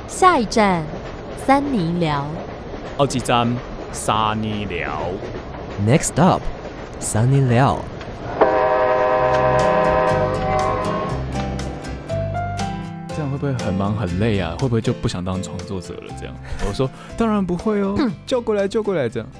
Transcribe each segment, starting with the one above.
下一站，三尼寮。 好几站，三尼寮。 Next up， 三尼寮。 这样会不会很忙很累啊？会不会就不想当创作者了？这样，我说当然不会哦，叫过来这样。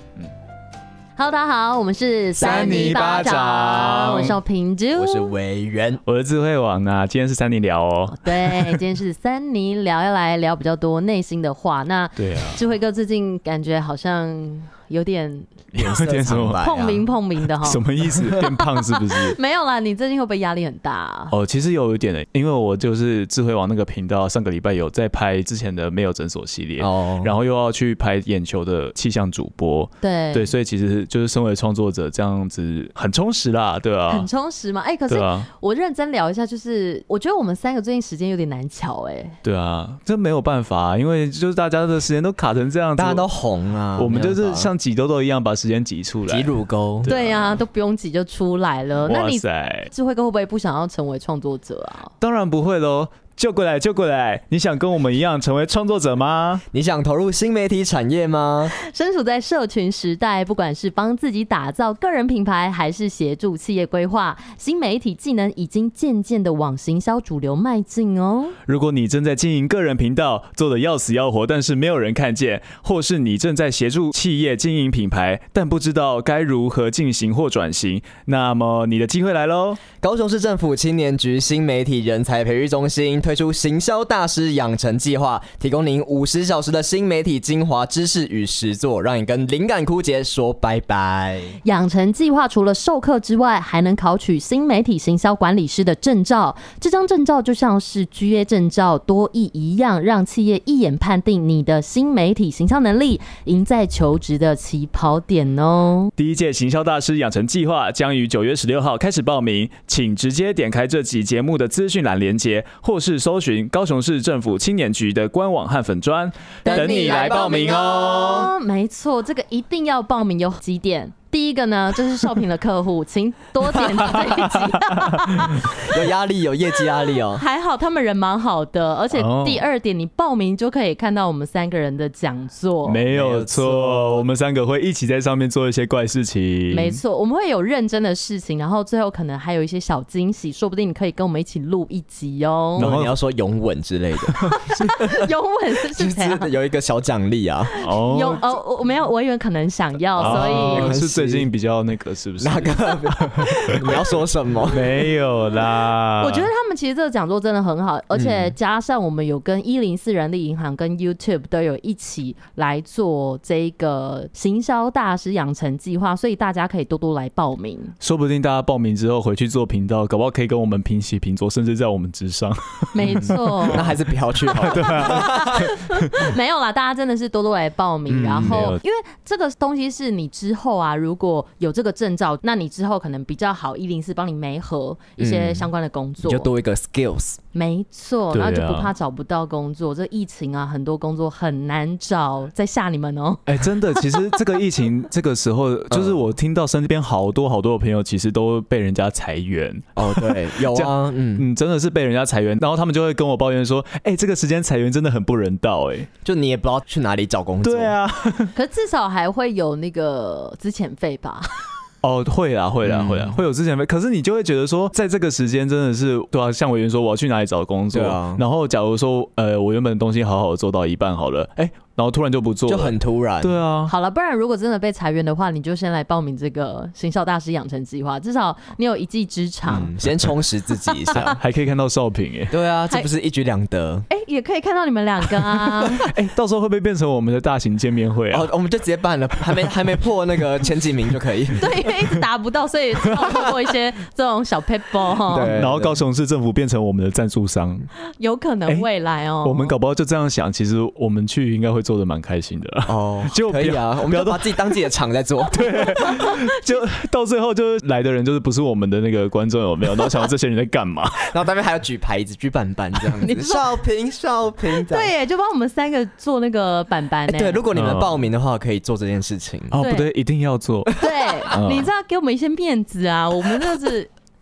Hello， 大家好，我们是三尼巴掌， 我是邵平珠， 我是委员， 我是智慧王啊。今天是三尼聊哦。 对，今天是三尼聊，要来聊比较多内心的话。那对啊， 智慧哥最近感觉好像有点什么碰明的哈， 什么意思？变胖是不是？ 没有啦，你最近会不会压力很大啊？ 哦，其实有一点的，因为我就是智慧王那个频道，上个礼拜有在拍之前的没有诊所系列，然后又要去拍眼球的气象主播，对，所以其实就是身为创作者这样子很充实啦，对啊， 很充实嘛。可是我认真聊一下，就是我觉得我们三个最近时间有点难巧对啊，这没有办法，因为就是大家的时间都卡成这样子， 大家都红啊， 我们就是像挤痘痘一样把时间挤出来， 挤乳沟， 对啊，都不用挤就出来了。那你智慧哥会不会不想要成为创作者啊？ 当然不会咯。就过来！你想跟我们一样成为创作者吗？ 你想投入新媒体产业吗？ 身处在社群时代，不管是帮自己打造个人品牌，还是协助企业规划，新媒体技能已经渐渐的往行销主流迈进哦。 如果你正在经营个人频道，做得要死要活，但是没有人看见，或是你正在协助企业经营品牌，但不知道该如何进行或转型，那么你的机会来咯。 高雄市政府青年局新媒体人才培育中心推出行销大师养成计划，提供您50小时的新媒体精华知识与实作，让你跟灵感枯竭说拜拜。 养成计划除了授课之外，还能考取新媒体行销管理师的证照。这张证照就像是 GA 证照多益一样，让企业一眼判定你的新媒体行销能力，赢在求职的起跑点哦。 第一届行销大师养成计划将于9月16号开始报名，请直接点开这集节目的资讯栏连结，或是搜寻高雄市政府青年局的官网和粉专，等你来报名哦。 没错，这个一定要报名，有几点。第一个呢，就是少平的客户，请多点这一集。 有压力，有业绩压力哦。 还好他们人蛮好的，而且第二点，你报名就可以看到我们3个人的讲座。 没有错，我们3个会一起在上面做一些怪事情。 没错，我们会有认真的事情，然后最后可能还有一些小惊喜，说不定你可以跟我们一起录一集哦。 然后你要说拥吻之类的， 拥吻是怎样？ 有一个小奖励啊。 我没有，我以为可能想要，所以。 最近比较那个是不是？ 哪个？你要说什么？ 没有啦。 我觉得他们其实这个讲座真的很好，而且加上我们有跟104人力银行跟 YouTube 都有一起来做这个行销大师养成计划，所以大家可以多多来报名。 说不定大家报名之后回去做频道，搞不好可以跟我们平起平坐，甚至在我们之上。 没错。 那还是不要去好了。 对啊。 没有啦，大家真的是多多来报名，然后因为这个东西是你之后啊，如果有这个证照，那你之后可能比较好104帮你媒合一些相关的工作， 你就多一个 skills。 没错，然后就不怕找不到工作。这疫情啊，很多工作很难找，在吓你们哦。 真的，其实这个疫情这个时候，就是我听到身边好多的朋友，其实都被人家裁员。 哦，对，有啊， 真的是被人家裁员，然后他们就会跟我抱怨说，这个时间裁员真的很不人道， 就你也不知道去哪里找工作。 对啊， 可是至少还会有那个资遣费吧。 会啦，会有资遣费。可是你就会觉得说，在这个时间真的是，对啊，像委员说我要去哪里找工作，然后假如说我原本的东西好好的做到一半好了，然后突然就不做了， 就很突然。 对啊， 好了，不然如果真的被裁员的话，你就先来报名这个行销大师养成计划，至少你有一技之长， 先充实自己一下， 还可以看到少平对啊，这不是一举两得。 也可以看到你们2个啊。 到时候会不会变成我们的大型见面会啊？ 我们就直接办了，还没破那个前几名就可以。 对，因为一直达不到，所以透过一些这种小 paper 对，然后高雄市政府变成我们的赞助商， 有可能未来哦。 我们搞不好就这样想，其实我们去应该会做得蛮开心的。 就可以啊，我们就把自己当自己的场在做。 对，就到最后就是来的人就是不是我们的那个观众有没有？然后想到这些人在干嘛？ 然后那边还有举牌子、举板板这样子。少平， 对耶，就帮我们3个做那个板板。 对，如果你们报名的话，可以做这件事情。 不对，一定要做。 对，你知道给我们一些面子啊，我们这是。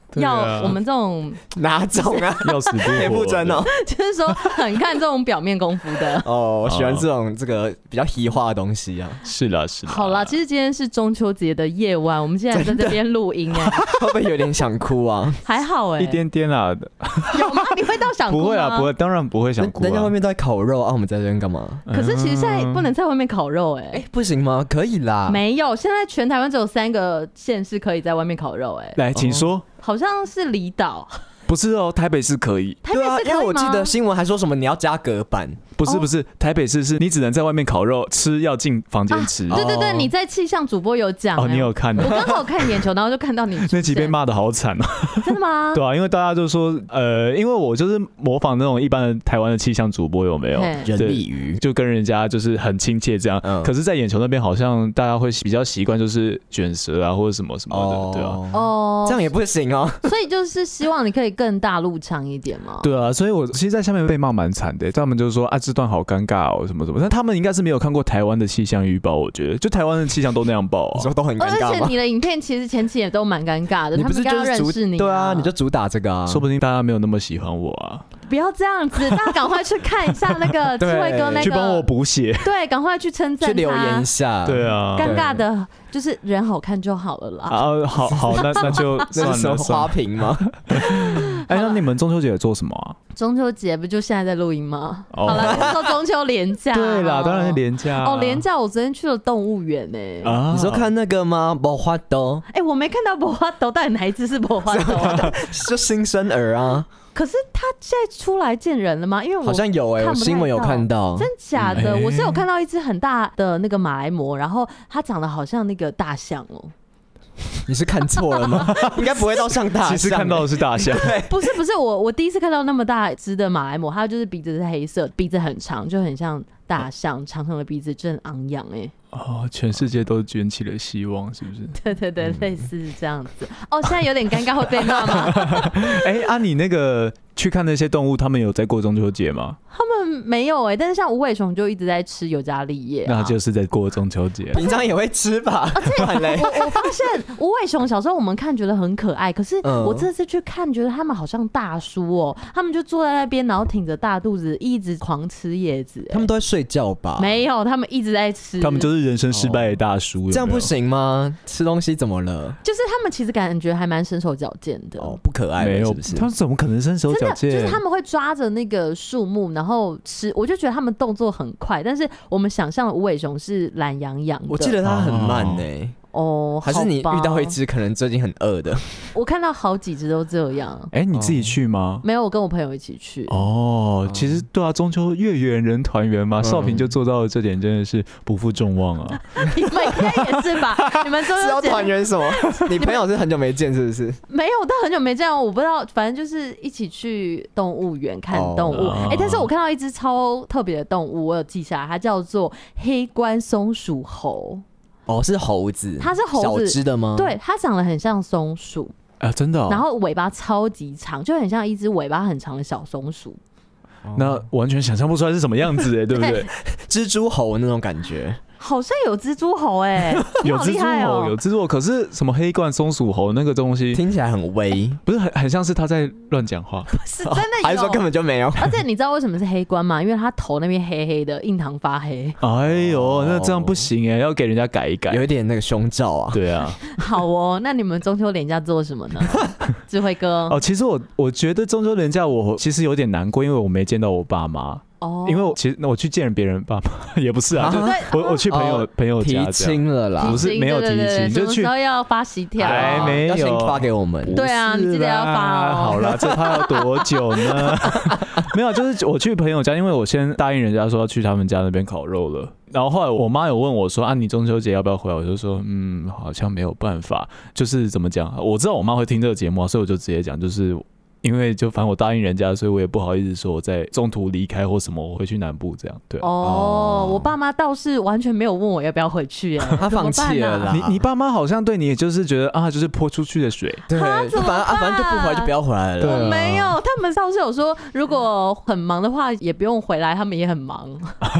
要我们这种哪种啊？ 要死不活铁不真哦， 就是说很看这种表面功夫的哦，我喜欢这种这个比较虚化的东西啊。 是啦是啦。 好啦，其实今天是中秋节的夜晚，我们现在在这边录音会不会有点想哭啊？ 还好一点点啦。 有吗？你会到想哭吗？ 不会啊，不会，当然不会想哭。 人家外面都在烤肉啊，我们在这边干嘛？ 可是其实现在不能在外面烤肉不行吗？可以啦。 没有，现在全台湾只有3个县市可以在外面烤肉来，请说。 好像是离岛。 不是哦，台北市可以。 对啊，因为我记得新闻还说什么你要加隔板。 不是，台北市是你只能在外面烤肉，吃要进房间吃。 对，你在气象主播有讲你有看？ 我刚好看眼球，然后就看到你那集被骂的好惨哦。 真的吗？ 对啊，因为大家就说因为我就是模仿那种一般的台湾的气象主播有没有？ 人力鱼就跟人家就是很亲切这样。可是，在眼球那边好像大家会比较习惯就是卷舌啊或者什么什么的，对啊。 这样也不行哦。 所以就是希望你可以更大陆腔一点嘛。 对啊，所以我其实在下面被骂蛮惨的，他们就说这段好尴尬什么什么，但他们应该是没有看过台湾的气象预报，我觉得就台湾的气象都那样报你说都很尴尬吗？ 而且你的影片其实前期也都蛮尴尬的， 你不是就是认识你？ 对啊，你就主打这个啊， 说不定大家没有那么喜欢我啊。 不要这样子，大家赶快去看一下那个智慧哥那个， 去帮我补血。 对，赶快去称赞他， 去留言一下。 对啊， 尴尬的就是人好看就好了啦。 好，那就算了。 花瓶吗？ 那你们中秋节有做什么啊？ 中秋节不就现在在录音吗？好了，说中秋连假。 对啦，当然是连假。 连假，我昨天去了动物园你说看那个吗？梅花豆。 我没看到梅花豆，到底哪一只是梅花豆？ 就新生儿啊。 可是他现在出来见人了吗？因为我好像有我新闻有看到。 真假的？我是有看到一只很大的那个马来貘，然后它长得好像那个大象哦。 你是看错了吗？应该不会到像大象。 其实看到的是大象。 不是，我第一次看到那么大只的马来貘，它就是鼻子是黑色，鼻子很长，就很像大象，长长的鼻子，真很昂扬全世界都卷起了希望，是不是？ 对，类似这样子。现在有点尴尬，会被骂吗？ 你那个去看那些动物，他们有在过中秋节吗？ 他们没有但是像无尾熊就一直在吃尤加利叶那就是在过中秋节。 平常也会吃吧？ 我发现无尾熊小时候我们看觉得很可爱，可是我这次去看觉得他们好像大叔他们就坐在那边，然后挺着大肚子一直狂吃叶子。 他们都在睡觉吧？ 没有，他们一直在吃。 他们就是人生失败的大叔。 这样不行吗？吃东西怎么了？ 就是他们其实感觉还蛮身手矫健的。 不可爱没有， 是不是？ 他们怎么可能身手矫健？ 就是他们会抓着那个树木然后吃，我就觉得他们动作很快，但是我们想象的无尾熊是懒洋洋的。 我记得他很慢还是你遇到一只可能最近很饿的？ 我看到好几只都这样。 你自己去吗？ 没有，我跟我朋友一起去。 其实对啊，中秋月圆人团圆嘛，少平就做到了这点，真的是不负众望啊。 你们应该也是吧？你们中秋节要团圆什么？你朋友是很久没见是不是？ 没有，到很久没见，我不知道，反正就是一起去动物园看动物。但是我看到一只超特别的动物，我有记下来，它叫做黑冠松鼠猴。 是猴子， 它是猴子， 小只的吗？ 对，它长得很像松鼠真的然后尾巴超级长，就很像一只尾巴很长的小松鼠。 那完全想象不出来是什么样子对不对？ 蜘蛛猴那种感觉。 好像有蜘蛛猴有蜘蛛猴，有蜘蛛猴，可是什么黑冠松鼠猴那个东西听起来很威， 不是很像是他在乱讲话， 不是真的有， 还是说根本就没有？ 而且你知道为什么是黑冠吗？因为他头那边黑黑的，印堂发黑。 那这样不行要给人家改一改， 有一点那个胸罩啊。 对啊。 好那你们中秋连假做什么呢？智慧哥。 其实我觉得中秋连假我其实有点难过，因为我没见到我爸妈。因为其实我去见别人爸妈也不是就我去朋友家提亲了啦， 不是没有提亲，就去什么时候要发喜帖？ 没有， 要先发给我们。 对啊，你记得要发好啦，这怕要多久呢？没有，就是我去朋友家，因为我先答应人家说要去他们家那边烤肉了。然后后来我妈有问我说你中秋节要不要回来？我就说好像没有办法。就是怎么讲？我知道我妈会听这个节目，所以我就直接讲，就是因为就反正我答应人家，所以我也不好意思说我在中途离开或什么，我回去南部这样。对我爸妈倒是完全没有问我要不要回去他放弃了啦。 你爸妈好像对你就是觉得就是泼出去的水， 对，反正就不回来就不要回来了。 我没有，他们倒是有说如果很忙的话也不用回来，他们也很忙。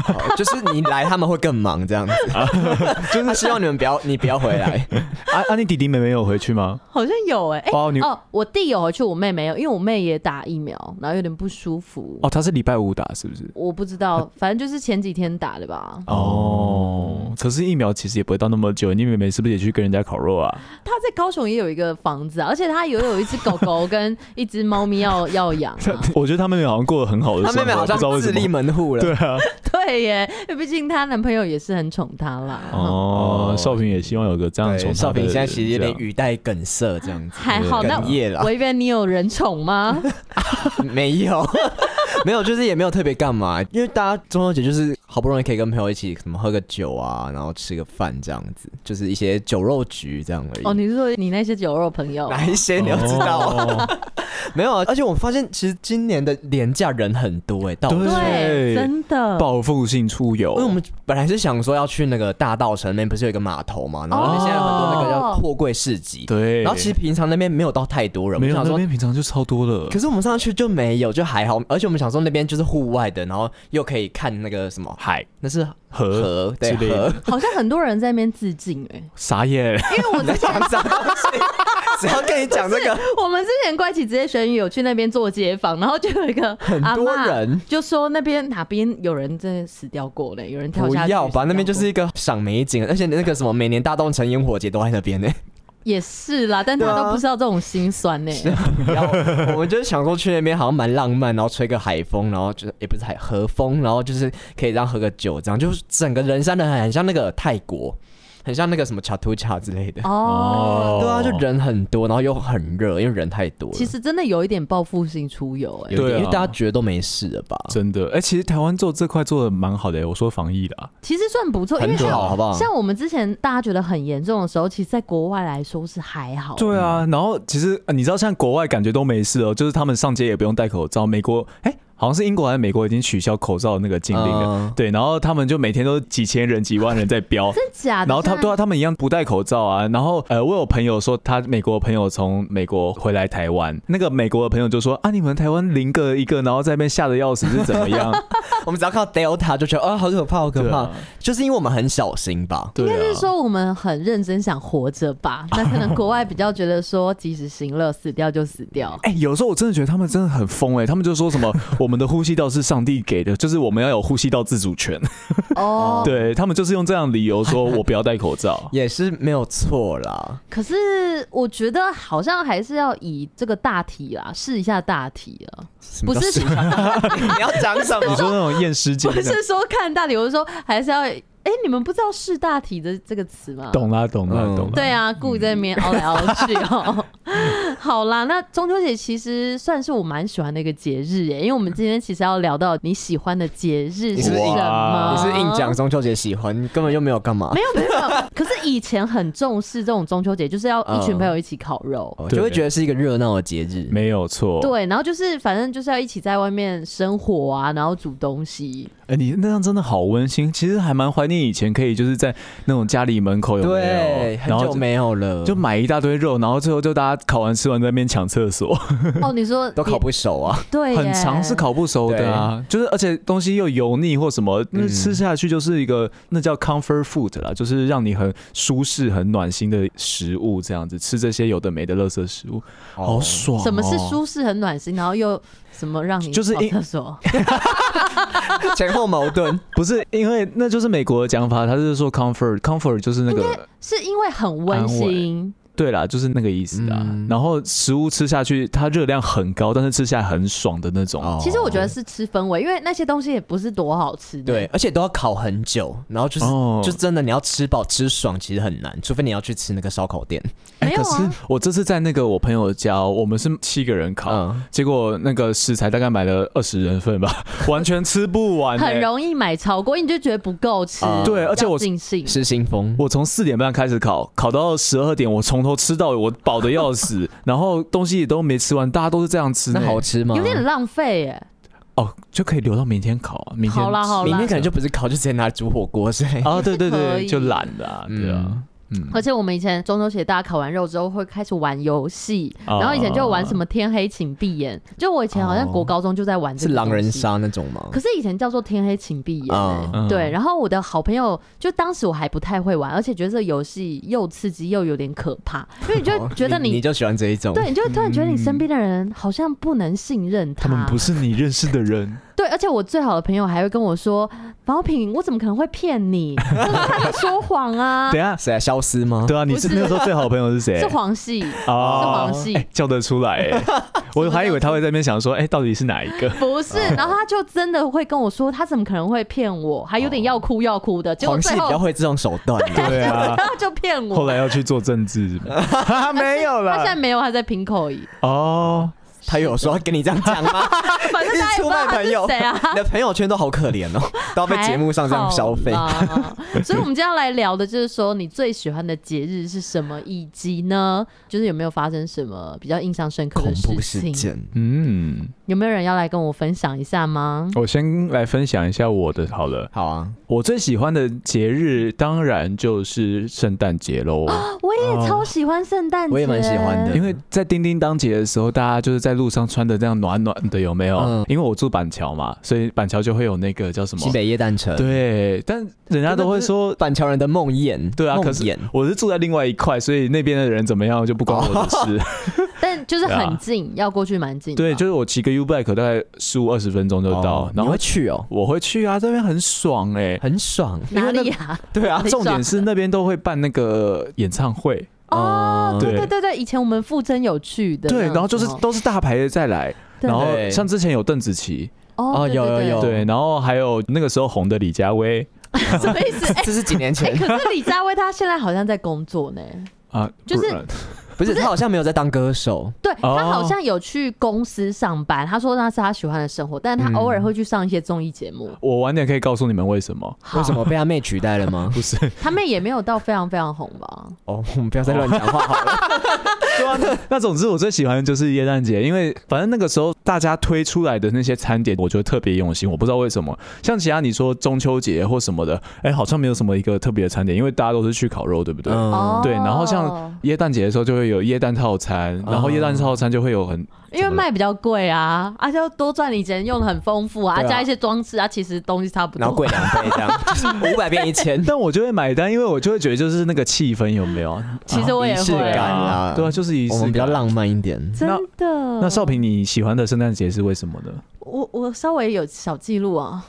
就是你来他们会更忙这样子，就是他希望你不要回来。 你弟弟妹妹有回去吗？ 好像有我弟有回去，我妹没有，因为我妹也打疫苗，然后有点不舒服。 他是礼拜5打是不是？ 我不知道，反正就是前几天打的吧。 可是疫苗其实也不会到那么久，你妹妹是不是也去跟人家烤肉啊？ 她在高雄也有一个房子啊，而且她也有一只狗狗跟一只猫咪要养啊。 我觉得她妹妹好像过得很好的生活， 她妹妹好像自立门户了。 对啊， 对耶，毕竟她男朋友也是很宠她啦。 少平也希望有个这样宠她的人。 少平现在其实有点语带梗塞这样子。 还好，那我以为你有人宠吗？ 没有。没有，就是也没有特别干嘛，因为大家中秋节就是好不容易可以跟朋友一起什么喝个酒啊，然后吃个饭这样子，就是一些酒肉局这样而已。 你是说你那些酒肉朋友？ 哪一些你要知道？没有啊，而且我发现其实今年的连假人很多对，真的报复性出游。 因为我们本来是想说要去那个大稻埕那边，不是有一个码头嘛，然后那边现在有很多那个叫货柜市集， 对。 然后其实平常那边没有到太多人， 没有，那边平常就超多了。 可是我们上去就没有，就还好，而且我们想说那边就是户外的，然后又可以看那个什么海， 那是河， 对河， 好像很多人在那边自尽傻眼， 因为我在讲啥东西。只要跟你讲这个， 我们之前怪奇职业学院有去那边做街访，然后就有一个很多人就说那边哪边有人真的死掉过嘞，有人跳下去。 不要吧，那边就是一个赏美景，而且那个什么每年大稻埕烟火节都在那边呢。 也是啦，但他都不知道这种心酸呢。 然后我们就是想说去那边好像蛮浪漫，然后吹个海风，然后就是也不是河风，然后就是可以这样喝个酒，这样就是整个人山人海，很像那个泰国。很像那个什么恰图恰之类的对啊，就人很多，然后又很热，因为人太多了。 其实真的有一点报复性出游对，因为大家觉得都没事了吧？ 真的，其实台湾做这块做的蛮好的我说防疫啦， 其实算不错，因为好不好？ 像我们之前大家觉得很严重的时候，其实在国外来说是还好。 对啊，然后其实你知道，像国外感觉都没事就是他们上街也不用戴口罩。美国好像是英国还是美国已经取消口罩的那个禁令了，对，然后他们就每天都几千人、几万人在飙， 真假的？ 然后他们一样不戴口罩啊。然后我有朋友说，他美国的朋友从美国回来台湾，那个美国的朋友就说你们台湾零个一个，然后在那边吓得要死是怎么样？ 我们只要看到 Delta 就觉得好可怕，好可怕，就是因为我们很小心吧？ 应该是说我们很认真想活着吧？那可能国外比较觉得说及时行乐，死掉就死掉。 有时候我真的觉得他们真的很疯他们就说什么我们的呼吸道是上帝给的，就是我们要有呼吸道自主权。对，他们就是用这样的理由说我不要戴口罩， 也是没有错啦。 可是我觉得好像还是要以这个大体啦，试一下大体了，不是你要讲什么？ 你说那种验尸检， 不是说看大体，我是说还是要。你们不知道试大体的这个词吗？ 懂啦。 对啊，故意在那边凹来凹去好啦，那中秋节其实算是我蛮喜欢的一个节日因为我们今天其实要聊到你喜欢的节日是什么？ 你是硬讲中秋节喜欢，你根本就没有干嘛。 没有。可是以前很重视这种中秋节，就是要一群朋友一起烤肉， 就会觉得是一个热闹的节日。 没有错。 对，然后就是反正就是要一起在外面生火啊，然后煮东西。 你那样真的好温馨，其实还蛮怀念以前可以就是在那种家里门口有没有？ 对，很久没有了， 就买一大堆肉，然后最后就大家烤完吃完在那边抢厕所。 你说都烤不熟啊？ 对， 很常是烤不熟的啊，就是而且东西又油腻或什么，那吃下去就是一个那叫 comfort food 啦，就是让你很舒适、很暖心的食物，这样子吃这些有的没的垃圾食物，好爽。 什么是舒适、很暖心，然后又什么让你就是跑厕所？ 前后矛盾。 不是，因为那就是美国的讲法，他是说 comfort 就是那个， 是因为很温馨。 对啦，就是那个意思啊。然后食物吃下去，它热量很高，但是吃下来很爽的那种。 其实我觉得是吃氛围，因为那些东西也不是多好吃的。 对，而且都要烤很久，然后就是真的你要吃饱吃爽，其实很难，除非你要去吃那个烧烤店。 没有啊。 可是我这次在那个我朋友家，我们是7个人烤，结果那个食材大概买了20人份吧，完全吃不完。 很容易买超过，你就觉得不够吃。 对，而且我失心疯， 我从4点半开始烤到12点，我从头吃到尾，我饱的要死，然后东西也都没吃完，大家都是这样吃。 那好吃吗？ 有点浪费耶。 就可以留到明天烤啊。明天好啦， 明天可能就不是烤，就直接拿来煮火锅之类。 对，就懒了对啊。 而且我们以前中秋节大家烤完肉之后会开始玩游戏，然后以前就玩什么天黑请闭眼，就我以前好像国高中就在玩这个， 是狼人杀那种吗？ 可是以前叫做天黑请闭眼，对。然后我的好朋友就当时我还不太会玩，而且觉得这个游戏又刺激又有点可怕，因为你就觉得你就喜欢这一种， 对，你就突然觉得你身边的人好像不能信任他们不是你认识的人。 对，而且我最好的朋友还会跟我说：“宝品，我怎么可能会骗你？他在说谎啊！” 等一下， 谁啊？消失吗？ 对啊，你是那个时候最好的朋友是谁？ 是黄系，是黄系， 叫得出来我还以为他会在那边想说，到底是哪一个？ 不是，然后他就真的会跟我说，他怎么可能会骗我？还有点要哭的。结果最后黄系比较会这种手段， 对啊，他就骗我。 后来要去做政治，没有了， 他现在没有，他在平口语。 他有说跟你这样讲吗？ 反正大家也不知道他是谁啊。 你的朋友圈都好可怜哦，都要被节目上这样消费。 所以我们今天要来聊的就是说，你最喜欢的节日是什么，以及呢，就是有没有发生什么比较印象深刻的事情？恐怖事件。有没有人要来跟我分享一下吗？ 我先来分享一下我的好了。 好啊， 我最喜欢的节日当然就是圣诞节喽。 我也超喜欢圣诞节， 我也蛮喜欢的， 因为在叮叮当节的时候，大家就是在路上穿的这样暖暖的，有没有？因为我住板桥嘛，所以板桥就会有那个叫什么新北耶诞城。 对，但人家都会说板桥人的梦魇。 对啊，可是我是住在另外一块，所以那边的人怎么样就不关我的事。 但就是很近，要过去蛮近的。 对，就是我骑个 U-Bike 大概15-20分钟就到。 然后你会去哦？ 我会去啊，这边很爽很爽。 哪里啊？ 对啊， 重点是那边都会办那个演唱会。 对，以前我们傅真有去的。 对，然后就是都是大牌的再来，然后像之前有邓紫棋。 有。 对，然后还有那个时候红的李佳薇。 什么意思？ 这是几年前。 可是李佳薇她现在好像在工作呢。就是不是他好像没有在当歌手， 对他好像有去公司上班。他说那是他喜欢的生活，但是他偶尔会去上一些综艺节目。 我晚点可以告诉你们为什么？ 为什么被他妹取代了吗？ 不是， 他妹也没有到非常非常红吧？ 我们不要再乱讲话好了。 对啊，那总之我最喜欢的就是耶诞节，因为反正那个时候大家推出来的那些餐点，我觉得特别用心。我不知道为什么，像其他你说中秋节或什么的，好像没有什么一个特别的餐点，因为大家都是去烤肉，对不对？对。然后像耶诞节的时候就会有耶诞套餐，然后耶诞套餐就会有因为卖比较贵啊，就多赚你钱，用的很丰富啊，加一些装饰啊，其实东西差不多， 然后贵2倍这样，500变1000。 但我就会买单，因为我就会觉得就是那个气氛有没有？ 其实我也会仪式感啊， 对啊，就是仪式感， 我们比较浪漫一点。 真的。 那少平，你喜欢的圣诞节是为什么呢？ 我稍微有小记录啊。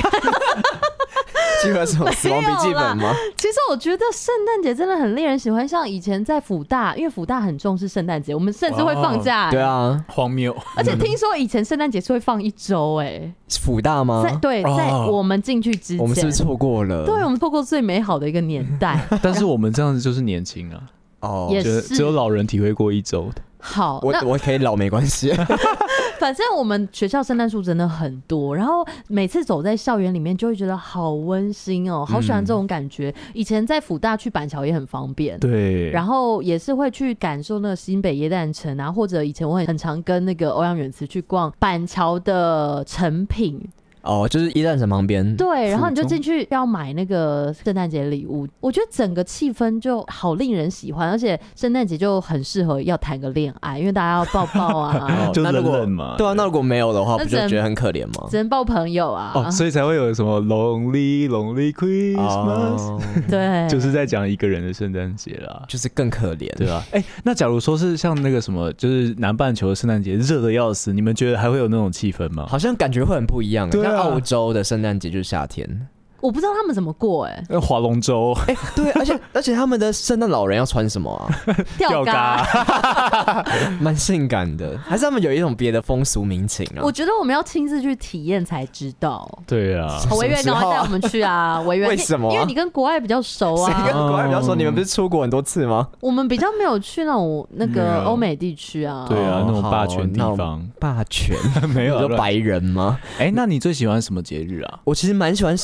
记录什么？死亡笔记本吗？ 其实我觉得圣诞节真的很令人喜欢，像以前在辅大，因为辅大很重视圣诞节，我们甚至会放假。 对啊， 荒谬。 而且听说以前圣诞节是会放1周辅大吗？ 在我们进去之前， 我们是不是错过了？ 对，我们错过最美好的一个年代。 但是我们这样子就是年轻啊。 也是只有老人体会过1周的。 好， 我可以老没关系。 反正我们学校圣诞树真的很多，然后每次走在校园里面就会觉得好温馨哦，好喜欢这种感觉。以前在辅大去板桥也很方便， 对， 然后也是会去感受那个新北耶诞城啊，或者以前我很常跟那个欧阳远慈去逛板桥的诚品。 就是耶诞城旁边。 对，然后你就进去要买那个圣诞节礼物，我觉得整个气氛就好令人喜欢，而且圣诞节就很适合要谈个恋爱，因为大家要抱抱啊。 就冷冷嘛。 对啊，那如果没有的话，不就觉得很可怜吗？ 只能抱朋友啊。 所以才会有什么 Lonely Lonely Christmas。 对， 就是在讲一个人的圣诞节啦， 就是更可怜， 对啊。那假如说是像那个什么，就是南半球的圣诞节热的要死，你们觉得还会有那种气氛吗？ 好像感觉会很不一样。 对啊。 澳洲的圣诞节就是夏天， 我不知道他们怎么过划龙舟。 对，而且他们的圣诞老人要穿什么啊？ 吊嘎， 蛮性感的。还是他们有一种别的风俗民情啊？ 我觉得我们要亲自去体验才知道。 对啊， 维园赶快带我们去啊！维园为什么？ 因为你跟国外比较熟啊。 谁跟国外比较熟？你们不是出国很多次吗？ 我们比较没有去那个欧美地区啊。 对啊，那种霸权地方。 霸权没有？ 你说白人吗？ 那你最喜欢什么节日啊？ 我其实蛮喜欢圣诞节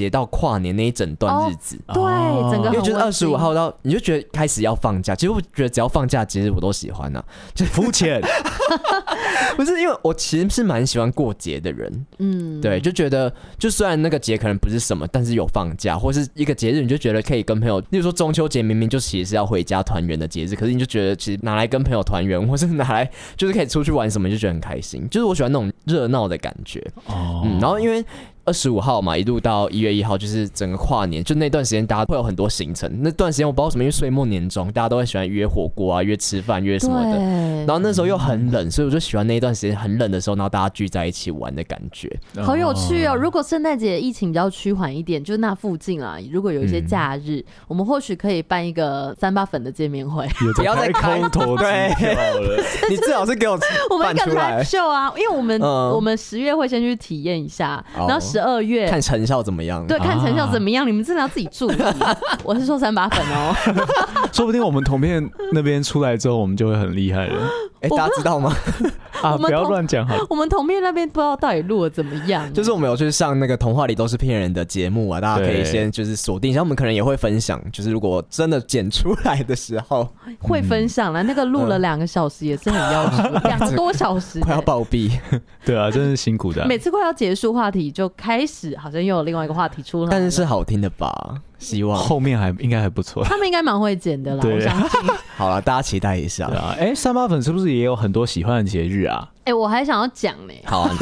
节到跨年那一整段日子。 对，整个很因为就是25号到，你就觉得开始要放假。其实我觉得只要放假节日我都喜欢啊，就肤浅。 不是因为我其实是蛮喜欢过节的人，对，就觉得就虽然那个节可能不是什么，但是有放假或是一个节日，你就觉得可以跟朋友，例如说中秋节明明就其实是要回家团圆的节日，可是你就觉得其实拿来跟朋友团圆，或是拿来就是可以出去玩什么，就觉得很开心。就是我喜欢那种热闹的感觉。然后因为25号嘛，一路到1月1号，就是整个跨年，就那段时间大家会有很多行程。那段时间我不知道什么，因为岁末年终，大家都会喜欢约火锅啊、约吃饭、约什么的。然后那时候又很冷，所以我就喜欢那一段时间很冷的时候，然后大家聚在一起玩的感觉。 好有趣哦！如果圣诞节疫情比较趋缓一点，就那附近啊，如果有一些假日，我们或许可以办一个38粉的见面会。 不要再空头支票了， 你最好是给我办出来。 我们一个 live show 啊，因为我们10月会先去体验一下，然后12月看成效怎么样？ 对，看成效怎么样，你们真的要自己注意。我是说38粉哦， 说不定我们同片那边出来之后，我们就会很厉害了。 大家知道吗？ 不要乱讲好了。 我们同片那边不知道到底录的怎么样。 就是我们有去上那个童话里都是骗人的节目啊，大家可以先就是锁定一下，我们可能也会分享，就是如果真的剪出来的时候会分享了。那个录了2个小时也是很要求，2个多小时， 快要暴毙。 对啊，真是辛苦的。 每次快要结束话题就开始，好像又有另外一个话题出来， 但是好听的吧？希望后面应该还不错， 他们应该蛮会剪的啦，我相信。 好了，大家期待一下。 对啊，38粉是不是也有很多喜欢的节日啊？ 我还想要讲呢。 好啊。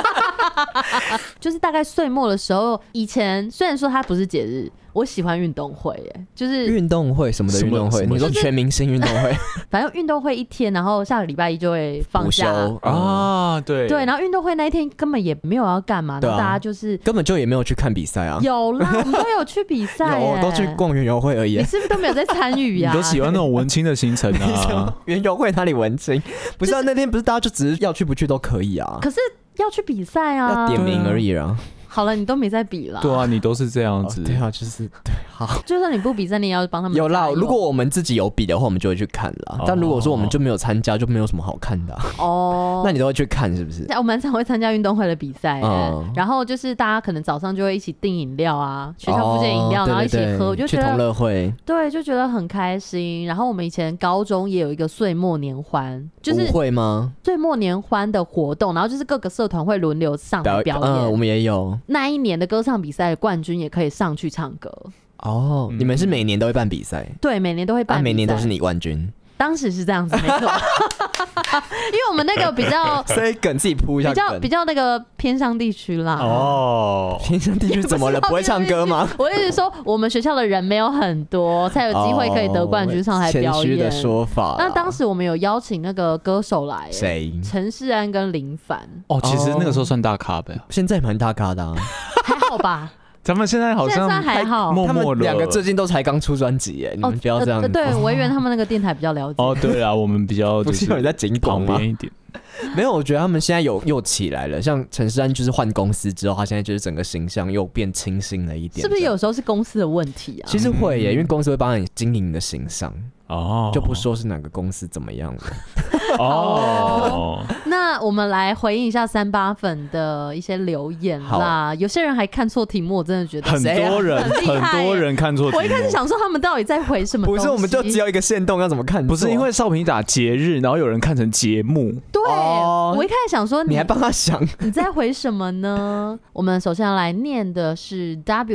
就是大概岁末的时候，以前虽然说它不是节日，我喜欢运动会，就是运动会什么的运动会，你说全明星运动会， 反正运动会一天，然后下个礼拜一就会放假啊，对， 然后运动会那一天根本也没有要干嘛，然后大家就是根本就也没有去看比赛啊， 有啦，我们都有去比赛， 有都去逛园游会而已， 你是不是都没有在参与呀？ 你都喜欢那种文青的行程啊？ 园游会哪里文青？不是啊，那天不是大家就只是要去不去都可以啊， 可是要去比赛啊， 要点名而已啊。 好了，你都没在比啦。 对啊，你都是这样子。 对啊，就是对。好， 就算你不比赛，你也要帮他们。 有啦，如果我们自己有比的话，我们就会去看啦。但如果说我们就没有参加，就没有什么好看的。哦，那你都会去看是不是？ 我蛮常会参加运动会的比赛，然后就是大家可能早上就会一起订饮料啊，学校附近饮料，然后一起喝，我就觉得去同乐会， 对，就觉得很开心。然后我们以前高中也有一个岁末年欢，就是舞会吗？ 岁末年欢的活动，然后就是各个社团会轮流上来表演。 我们也有那一年的歌唱比赛冠军也可以上去唱歌。 哦，你们是每年都会办比赛？ 对，每年都会办比赛， 每年都是你冠军。 当时是这样子，没错。因为我们那个比较， 所以梗自己铺一下梗， 比较那个偏乡地区啦。 哦，偏乡地区怎么了？不会唱歌吗？ 我一直说我们学校的人没有很多，才有机会可以得冠军上台表演。 谦虚的说法。 那当时我们有邀请那个歌手来， 谁？ 陈世安跟林凡。 哦，其实那个时候算大咖呗， 现在蛮大咖的啊， 还好吧。 咱们现在好像还好， 他们2个最近都才刚出专辑耶，你们不要这样子。 对，维园他们那个电台比较了解。 哦，对啊，我们比较不是有人在警广吗？ 一点。 没有，我觉得他们现在又起来了。像陈世安就是换公司之后，他现在就是整个形象又变清新了一点。 是不是有时候是公司的问题啊？ 其实会耶，因为公司会帮你经营你的形象。哦，就不说是哪个公司怎么样了。 哦，那我们来回应一下38粉的一些留言啦。有些人还看错题目，我真的觉得很多人看错题目。 我一开始想说他们到底在回什么东西？ 不是，我们就只有一个限动，要怎么看？ 不是因为少平打节日，然后有人看成节目。 对，我一开始想说你还帮他想， 你在回什么呢？我们首先要来念的是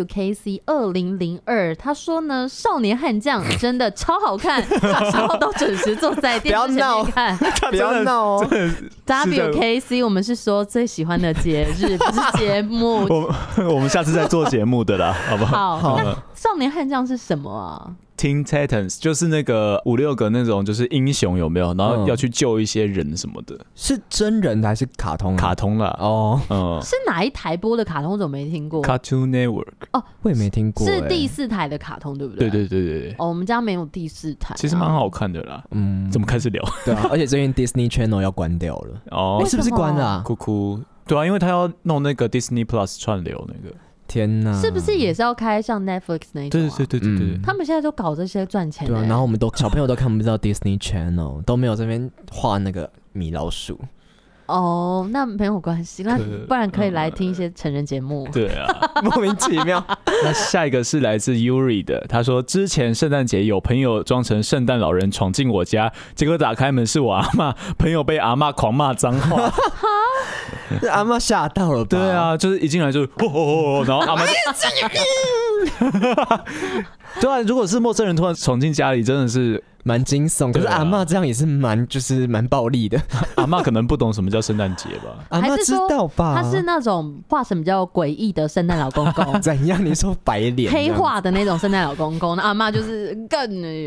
WKC2002，他说呢，少年悍将真的超好看。然后都准时坐在电视前面看， 不要闹哦。 WKC 我们是说最喜欢的节日，不是节目。 我们下次再做节目的啦，好不好？ 好，那少年悍将是什么啊 ？Teen Titans 就是那个5-6个那种就是英雄有没有？然后要去救一些人什么的。 是真人还是卡通？ 卡通啦。哦， 是哪一台播的卡通？我怎么没听过 ？Cartoon Network。 哦， 我也没听过。 是第4台的卡通，对不对？ 对。 哦，我们家没有第4台。 其实蛮好看的啦。怎么开始聊？ 对啊，而且最近 Disney Channel 要关掉了。哦，是不是关了啊？ 哭哭。对啊，因为他要弄那个 Disney Plus 串流那个。 天哪， 是不是也是要开像 Netflix 那种？ 对， 他们现在都搞这些赚钱。 对啊，然后我们小朋友都看不到 Disney Channel， 都没有这边画那个米老鼠。 哦，那没有关系，那不然可以来听一些成人节目。 对啊， 莫名其妙。 那下一个是来自 Yuri 的，他说之前圣诞节有朋友装成圣诞老人闯进我家，结果打开门是我阿嬷，朋友被阿嬷狂骂脏话。 阿嬷吓到了吧？ 对啊，就是一进来就吼吼吼，然后阿嬷对啊，如果是陌生人突然闯进家里，真的是蛮惊悚。可是阿嬷这样也是蛮暴力的。 阿嬷可能不懂什么叫圣诞节吧？ 阿嬷知道吧？ 他是那种化成比较诡异的圣诞老公公。 怎样？你说白脸？ 黑化的那种圣诞老公公，那阿嬷就是更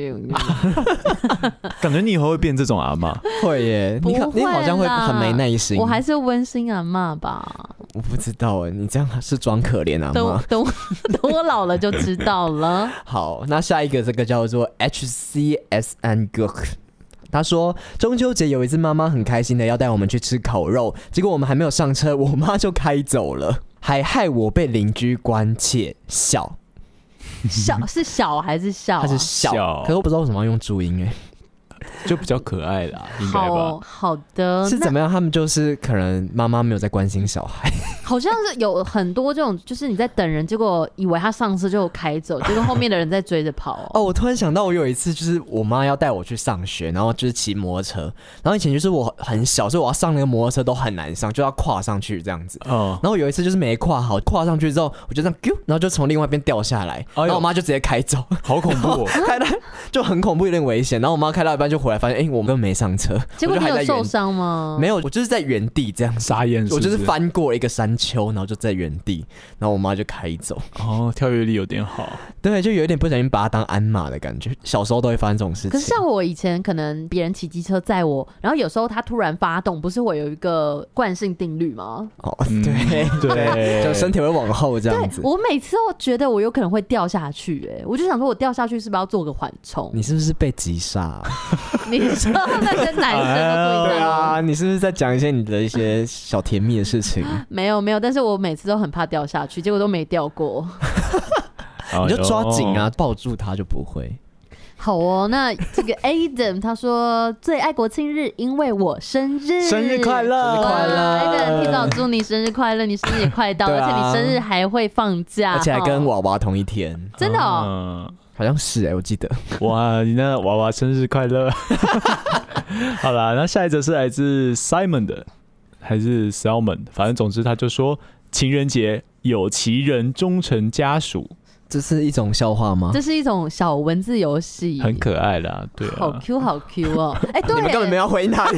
感觉你以后会变这种阿嬷。 会耶，你好像会很没耐心。 我还是温馨阿嬷吧。 我不知道哎，你这样是装可怜阿嬷。 等我老了就知道了。 好，那下一个这个叫做 HCSN Gook。他说中秋节有一次妈妈很开心的要带我们去吃烤肉，结果我们还没有上车，我妈就开走了，还害我被邻居关切笑。 笑是小还是笑？ 他是笑，可是我不知道为什么要用注音哎。 就比较可爱啦，应该吧？ 好的， 是怎么样？他们就是可能妈妈没有在关心小孩， 好像是有很多这种，就是你在等人，结果以为他上车就开走，结果后面的人在追着跑。 哦，我突然想到，我有一次就是我妈要带我去上学，然后就是骑摩托车，然后以前就是我很小，所以我要上那个摩托车都很难上，就要跨上去这样子。然后有一次就是没跨好，跨上去之后我就这样丢，然后就从另外一边掉下来，然后我妈就直接开走， 好恐怖哦！ 开到就很恐怖，有点危险。然后我妈开到一半就回来，发现我根本没上车。 结果你有受伤吗？ 没有，我就是在原地这样傻眼， 我就是翻过一个山丘，然后就在原地，然后我妈就开走。 哦，跳跃力有点好。 对，就有点不小心把她当鞍马的感觉。小时候都会发生这种事情。 可是像我以前可能别人骑机车载我，然后有时候他突然发动，不是会有一个惯性定律吗？ 哦，对，就身体会往后这样子。 我每次都觉得我有可能会掉下去，我就想说我掉下去是不是要做个缓冲？ 你是不是被急刹？ 你说那些男生都不一样。 对啊，你是不是在讲一些你的一些小甜蜜的事情？ 没有，但是我每次都很怕掉下去，结果都没掉过。 你就抓紧啊，抱住他就不会。 好哦，那这个 Adam 他说最爱国庆日，因为我生日， 生日快乐， 生日快乐 ！Adam 提早祝你生日快乐，你生日也快到了，而且你生日还会放假， 而且还跟娃娃同一天， 真的哦。 好像是我记得。 哇，你那娃娃生日快乐！好啦，那下一则是来自 Simon 的，还是 Salmon？ 反正总之他就说情人节有其人终成家属。 这是一种笑话吗？ 这是一种小文字游戏， 很可爱啦，对啊， 好 Q 好 Q 哦！对， 你们根本没有回答，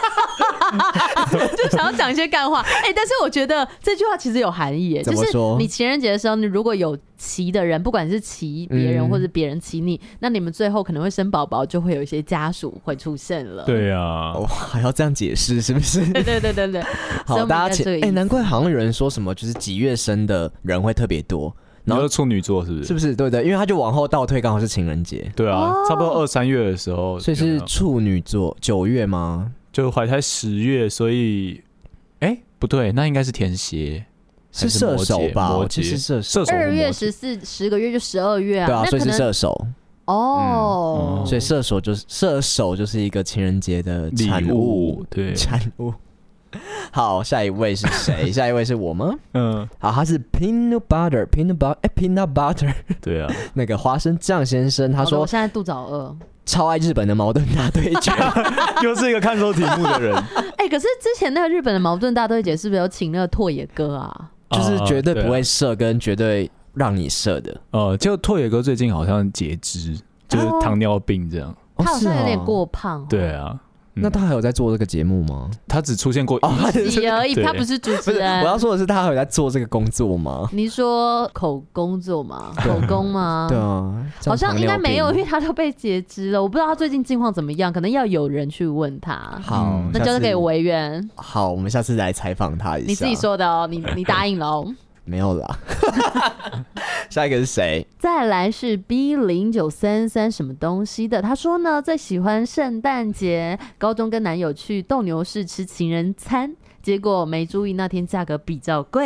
就想要讲一些干话。但是我觉得这句话其实有含义，就是你情人节的时候，你如果有骑的人，不管是骑别人或者别人骑你，那你们最后可能会生宝宝，就会有一些家属会出现了。 对啊， 还要这样解释是不是？ 对。 好，大家难怪好像有人说什么，就是几月生的人会特别多。 然后处女座是不是？ 是不是？对，因为他就往后倒退，刚好是情人节。 对啊，差不多2、3月的时候， 所以是处女座。9月吗？ 就怀胎10月，所以不对，那应该是天蝎， 是射手吧？其实射手 2月14 10个月就12月啊。 对啊，所以是射手。 哦， 所以射手就是一个情人节的产物， 对， 产物。好，下一位是谁？下一位是我吗？好，他是 peanut butter， 对啊， 那个花生酱先生，他说我现在肚子好饿， 超爱日本的矛盾大对决， 又是一个看错题目的人。 可是之前那个日本的矛盾大对决是不是有请那个拓野哥啊？ 就是绝对不会射跟绝对让你射的。 就拓野哥最近好像截肢，就是糖尿病这样。 他好像有点过胖。 对啊。 那他还有在做这个节目吗？ 他只出现过一集而已，他不是主持人。 我要说的是，他还有在做这个工作吗？ 你说口工作吗？口工吗？ 对啊， 好像应该没有，因为他都被截肢了。我不知道他最近近况怎么样，可能要有人去问他。 好， 那交给维园。 好，我们下次来采访他一下。 你自己说的哦，你答应了哦。 没有啦。下一个是谁？ 再来是 B0933 什么东西的？他说呢，最喜欢圣诞节，高中跟男友去斗牛士吃情人餐，结果没注意那天价格比较贵，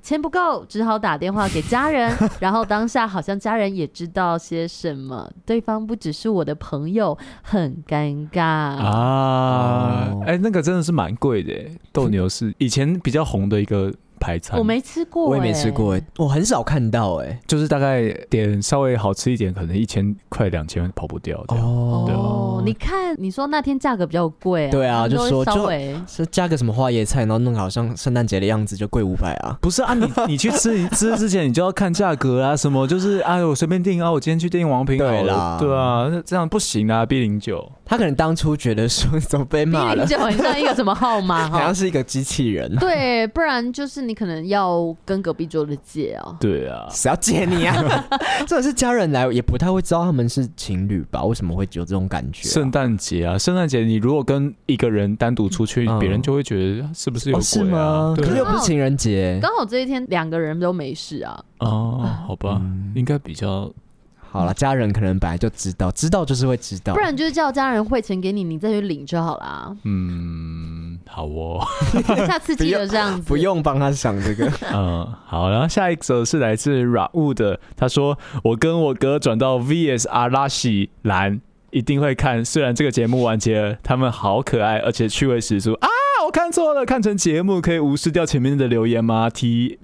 钱不够，只好打电话给家人，然后当下好像家人也知道些什么，对方不只是我的朋友，很尴尬啊！那个真的是蛮贵的，斗牛士以前比较红的一个排餐， 我没吃过， 我也没吃过，我很少看到， 就是大概点稍微好吃一点，可能1000块2000跑不掉这样。 哦，你看，你说那天价格比较贵啊， 对啊，就说就加个什么花椰菜，然后弄好像圣诞节的样子，就贵500啊。 不是啊，你去吃之前你就要看价格啊，什么就是我随便订啊，我今天去订王品好了，对啦，对啊，这样不行啊 ，B09。 他可能当初觉得说怎么被骂了， B09很像一个什么号码， 好像是一个机器人。 对，不然就是你可能要跟隔壁桌的借啊。 对啊， 谁要借你啊？这是家人来也不太会知道他们是情侣吧？为什么会有这种感觉？ 圣诞节啊，圣诞节你如果跟一个人单独出去，别人就会觉得是不是有鬼啊？ 是吗？可是又不是情人节， 刚好这一天2个人都没事啊。 哦，好吧，应该比较。 好了，家人可能本来就知道就是会知道， 不然就是叫家人汇钱给你，你再去领就好啦。 好哦， 下次记得这样子， 不用帮他想这个。 好，然后下一则是来自 Raul 的，他说我跟我哥转到 VS 阿拉西兰一定会看，虽然这个节目完结了，他们好可爱，而且趣味十足啊！我看错了，看成节目可以无视掉前面的留言吗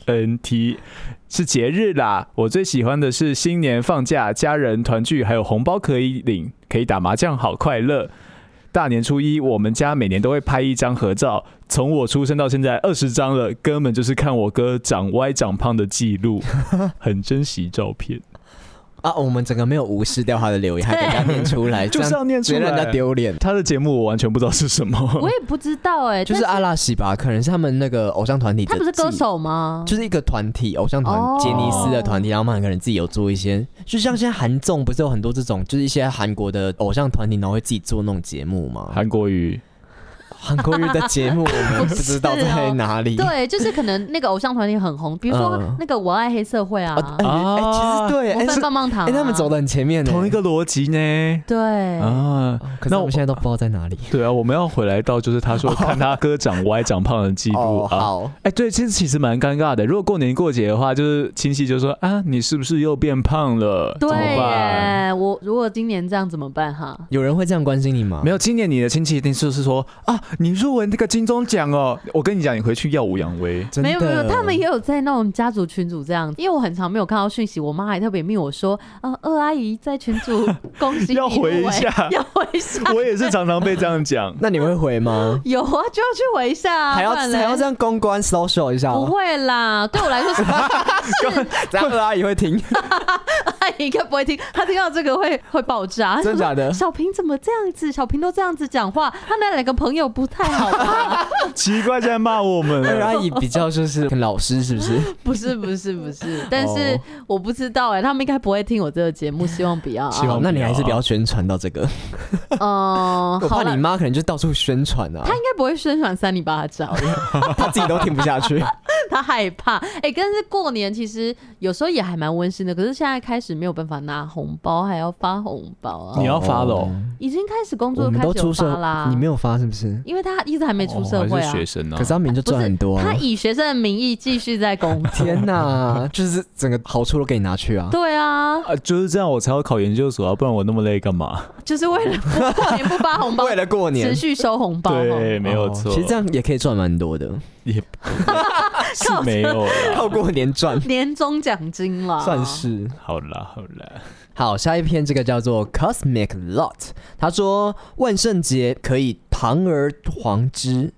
？TNT 是节日啦，我最喜欢的是新年放假，家人团聚，还有红包可以领，可以打麻将，好快乐。大年初一，我们家每年都会拍一张合照，从我出生到现在20张了，根本就是看我哥长歪长胖的记录，很珍惜照片。 我们整个没有无视掉他的留言，还给他念出来， 就是要念出来， 让人家丢脸。 他的节目我完全不知道是什么， 我也不知道就是阿拉西吧，可能是他们那个偶像团体。 他不是歌手吗？ 就是一个团体，偶像团，杰尼斯的团体，然后他们可能自己有做一些，就像现在韩综不是有很多这种，就是一些韩国的偶像团体，然后会自己做那种节目吗？ 韩国语的节目我们不知道在哪里。 对，就是可能那个偶像团体很红，比如说那个我爱黑社会啊。 其实对， 模范棒棒糖， 他们走得很前面， 同一个逻辑呢。 对啊， 可是我们现在都不知道在哪里。 对啊，我们要回来到就是他说看他哥长歪长胖的记录。 好， 对，其实蛮尴尬的。如果过年过节的话，就是亲戚就说你是不是又变胖了？ 对怎么办？ 我如果今年这样怎么办哈？ 有人会这样关心你吗？ 没有，今年你的亲戚一定就是说你入围那个金钟奖哦，我跟你讲，你回去耀武扬威。 没有，他们也有在那种家族群组这样，因为我很常没有看到讯息，我妈还特别密我说二阿姨在群组恭喜你要回一下， 要回一下。 我也是常常被这样讲。 那你会回吗？ 有啊，就要去回一下还要这样公关 social 一下吗？ 不会啦，对我来说是这样二阿姨会听。 阿姨应该不会听，她听到这个会爆炸。 真的假的？ 小平怎么这样子？小平都这样子讲话，他那2个朋友不太好吧？ 奇怪，在骂我们。 二阿姨比较就是老师是不是？ 不是，但是我不知道他们应该不会听我这个节目，希望不要。 那你还是不要宣传到这个。我怕你妈可能就到处宣传啊。 她应该不会宣传3里8掌， 她自己都听不下去。 她害怕。但是过年其实有时候也还蛮温馨的，可是现在开始没有办法拿红包，还要发红包啊。 你要发了已经开始工作，开始有发啦。 你没有发是不是？ 因为他一直还没出社会还是学生可是他明明就赚很多。 他以学生的名义继续在工作。 天哪，就是整个好处都给你拿去啊。 对啊， 就是这样我才要考研究所啊，不然我那么累干嘛？ 就是为了过年不发红包， 为了过年持续收红包。 对，没有错。 其实这样也可以赚蛮多的。 也是没有啦， 靠过年赚年终奖金啦， 算是。 好， 下一篇这个叫做 Cosmic Lot， 他说万圣节可以堂而皇之，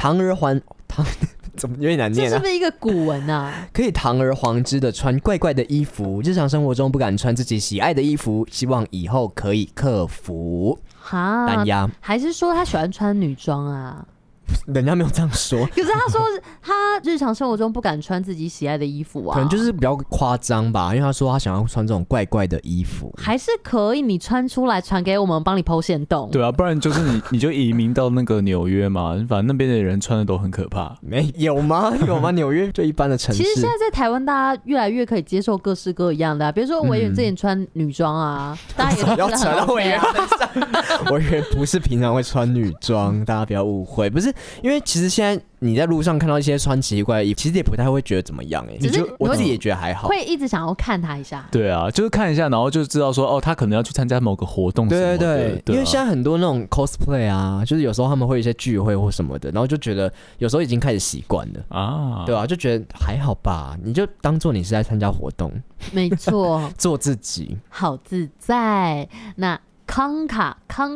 怎么有点难念啊？ 这是不是一个古文啊？ 可以堂而皇之的穿怪怪的衣服，日常生活中不敢穿自己喜爱的衣服，希望以后可以克服。单压还是说他喜欢穿女装啊？ 人家没有这样说， 可是他说他日常生活中不敢穿自己喜爱的衣服啊， 可能就是比较夸张吧，因为他说他想要穿这种怪怪的衣服， 还是可以，你穿出来传给我们，帮你 po 限动。 对啊，不然就是你就移民到那个纽约嘛，反正那边的人穿的都很可怕。 有吗？纽约就一般的城市。 其实现在在台湾，大家越来越可以接受各式各样的比如说委员之前穿女装啊，大家也要扯到委员身上。委员不是平常会穿女装，大家不要误会，不是。 因为其实现在你在路上看到一些穿奇怪的衣服，其实也不太会觉得怎么样我自己也觉得还好， 会一直想要看他一下。 对啊，就是看一下，然后就知道说他可能要去参加某个活动什么的。 对，因为现在很多那种 cosplay 啊，就是有时候他们会有一些聚会或什么的，然后就觉得有时候已经开始习惯了啊，对啊，就觉得还好吧，你就当做你是在参加活动， 没错， 做自己， 好自在。那康卡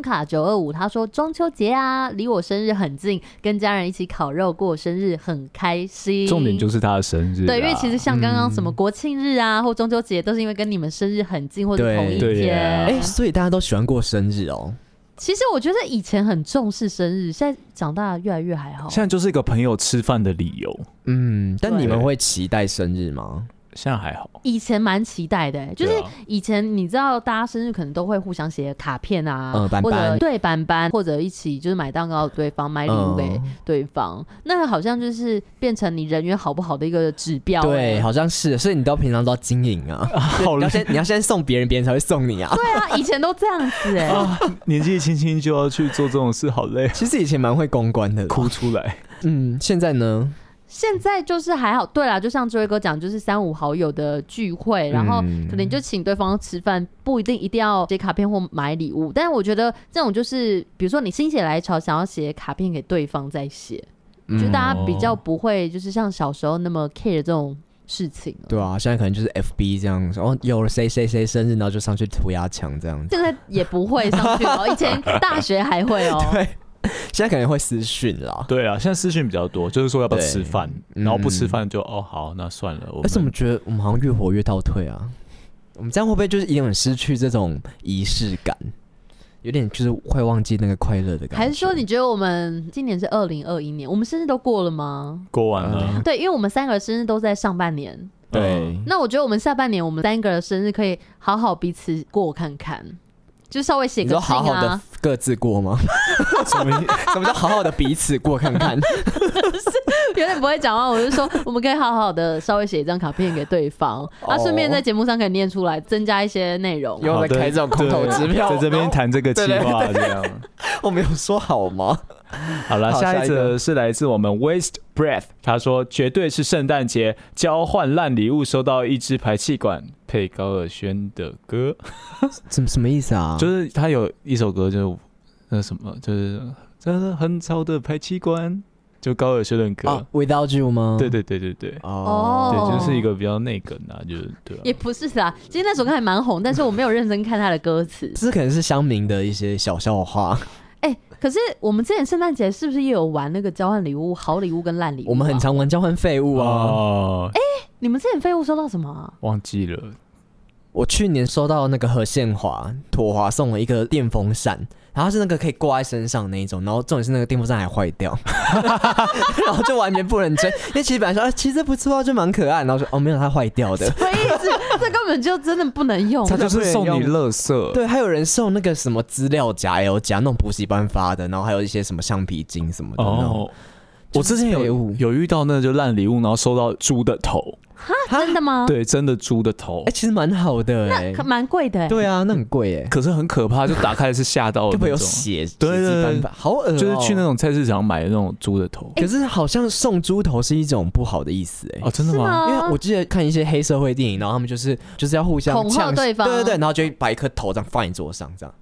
925他说中秋节啊，离我生日很近，跟家人一起烤肉过生日很开心。 重点就是他的生日对，因为其实像刚刚什么国庆日啊或中秋节都是因为跟你们生日很近或者同一天。 所以大家都喜欢过生日哦。 其实我觉得以前很重视生日，现在长大越来越还好。 现在就是一个朋友吃饭的理由。 但你们会期待生日吗？ 现在还好， 以前蛮期待的，就是以前你知道大家生日可能都会互相写卡片啊，或者对班，或者一起就是买蛋糕给对方，买礼物给对方，那好像就是变成你人缘好不好的一个指标。 对，好像是，所以你平常都要经营啊，你要先送别人，别人才会送你啊。 对啊，以前都这样子年纪轻轻就要去做这种事，好累。 其实以前蛮会公关的， 哭出来。 现在呢？ 现在就是还好，对啦，就像Joey哥讲，就是3-5好友的聚会，然后可能就请对方吃饭，不一定要写卡片或买礼物，但是我觉得这种就是，比如说你心血来潮想要写卡片给对方再写，就大家比较不会就是像小时候那么 care 这种事情。对啊，现在可能就是 FB 这样，有了谁生日，然后就上去涂鸦墙这样子。 现在也不会上去哦，以前大学还会哦。 对。现在可能会私讯啦， 对啊，现在私讯比较多，就是说要不要吃饭，然后不吃饭就好，那算了。 而且我们觉得我们好像越活越倒退啊，我们这样会不会就是有点失去这种仪式感，有点就是会忘记那个快乐的感觉？ 还是说你觉得我们今年是2021年，我们生日都过了吗？ 过完了。 对，因为我们3个生日都在上半年。 对， 那我觉得我们下半年我们3个的生日可以好好彼此过看看。就稍微写个信啊， 你说好好的各自过吗？什么叫好好的彼此过看看？ 是有点不会讲话，我就说我们可以好好的稍微写一张卡片给对方，顺便在节目上可以念出来，增加一些内容。 因为我们开这种空头支票， 在这边谈这个计划，这样。 我没有说好吗？ 好了，下一则是来自我们 Waste Breath， 他说绝对是圣诞节交换烂礼物，收到一支排气管配高尔宣的歌。 什么意思啊？ 就是他有一首歌，就是那什么，就是真的很吵的排气管，就高尔宣的歌。 Without You 吗？ 对。对，就是一个比较内梗啊，就是对啊。 也不是啦，其实那首歌还蛮红，但是我没有认真看他的歌词。 这可能是乡民的一些小笑话。 可是我们之前圣诞节是不是也有玩那个交换礼物，好礼物跟烂礼物？ 我们很常玩交换废物啊。 你们之前废物收到什么啊？ 忘记了。 我去年收到那个何宪华妥华送了一个电风扇，然后是那个可以挂在身上那一种，然后重点是那个电风扇还坏掉，然后就完全不能吹，因为其实本来说其实不错，就蛮可爱，然后说没有，它坏掉的， 所以这根本就真的不能用， 它就是送你垃圾。 对，还有人送那个什么资料夹 L 夹那种补习班发的，然后还有一些什么橡皮筋什么的。 我之前有遇到那就烂礼物，然后收到猪的头。 真的吗？ 对，真的猪的头。 其实蛮好的， 那蛮贵的。 对啊，那很贵可是很可怕，就打开是吓到的那种， 就会有血。 对， 好恶哦。 就是去那种菜市场买的那种猪的头。 可是好像送猪头是一种不好的意思真的吗？ 因为我记得看一些黑社会电影，然后他们就是要互相恐吓对方， 对，然后就会把一颗头这样放在桌上，这样。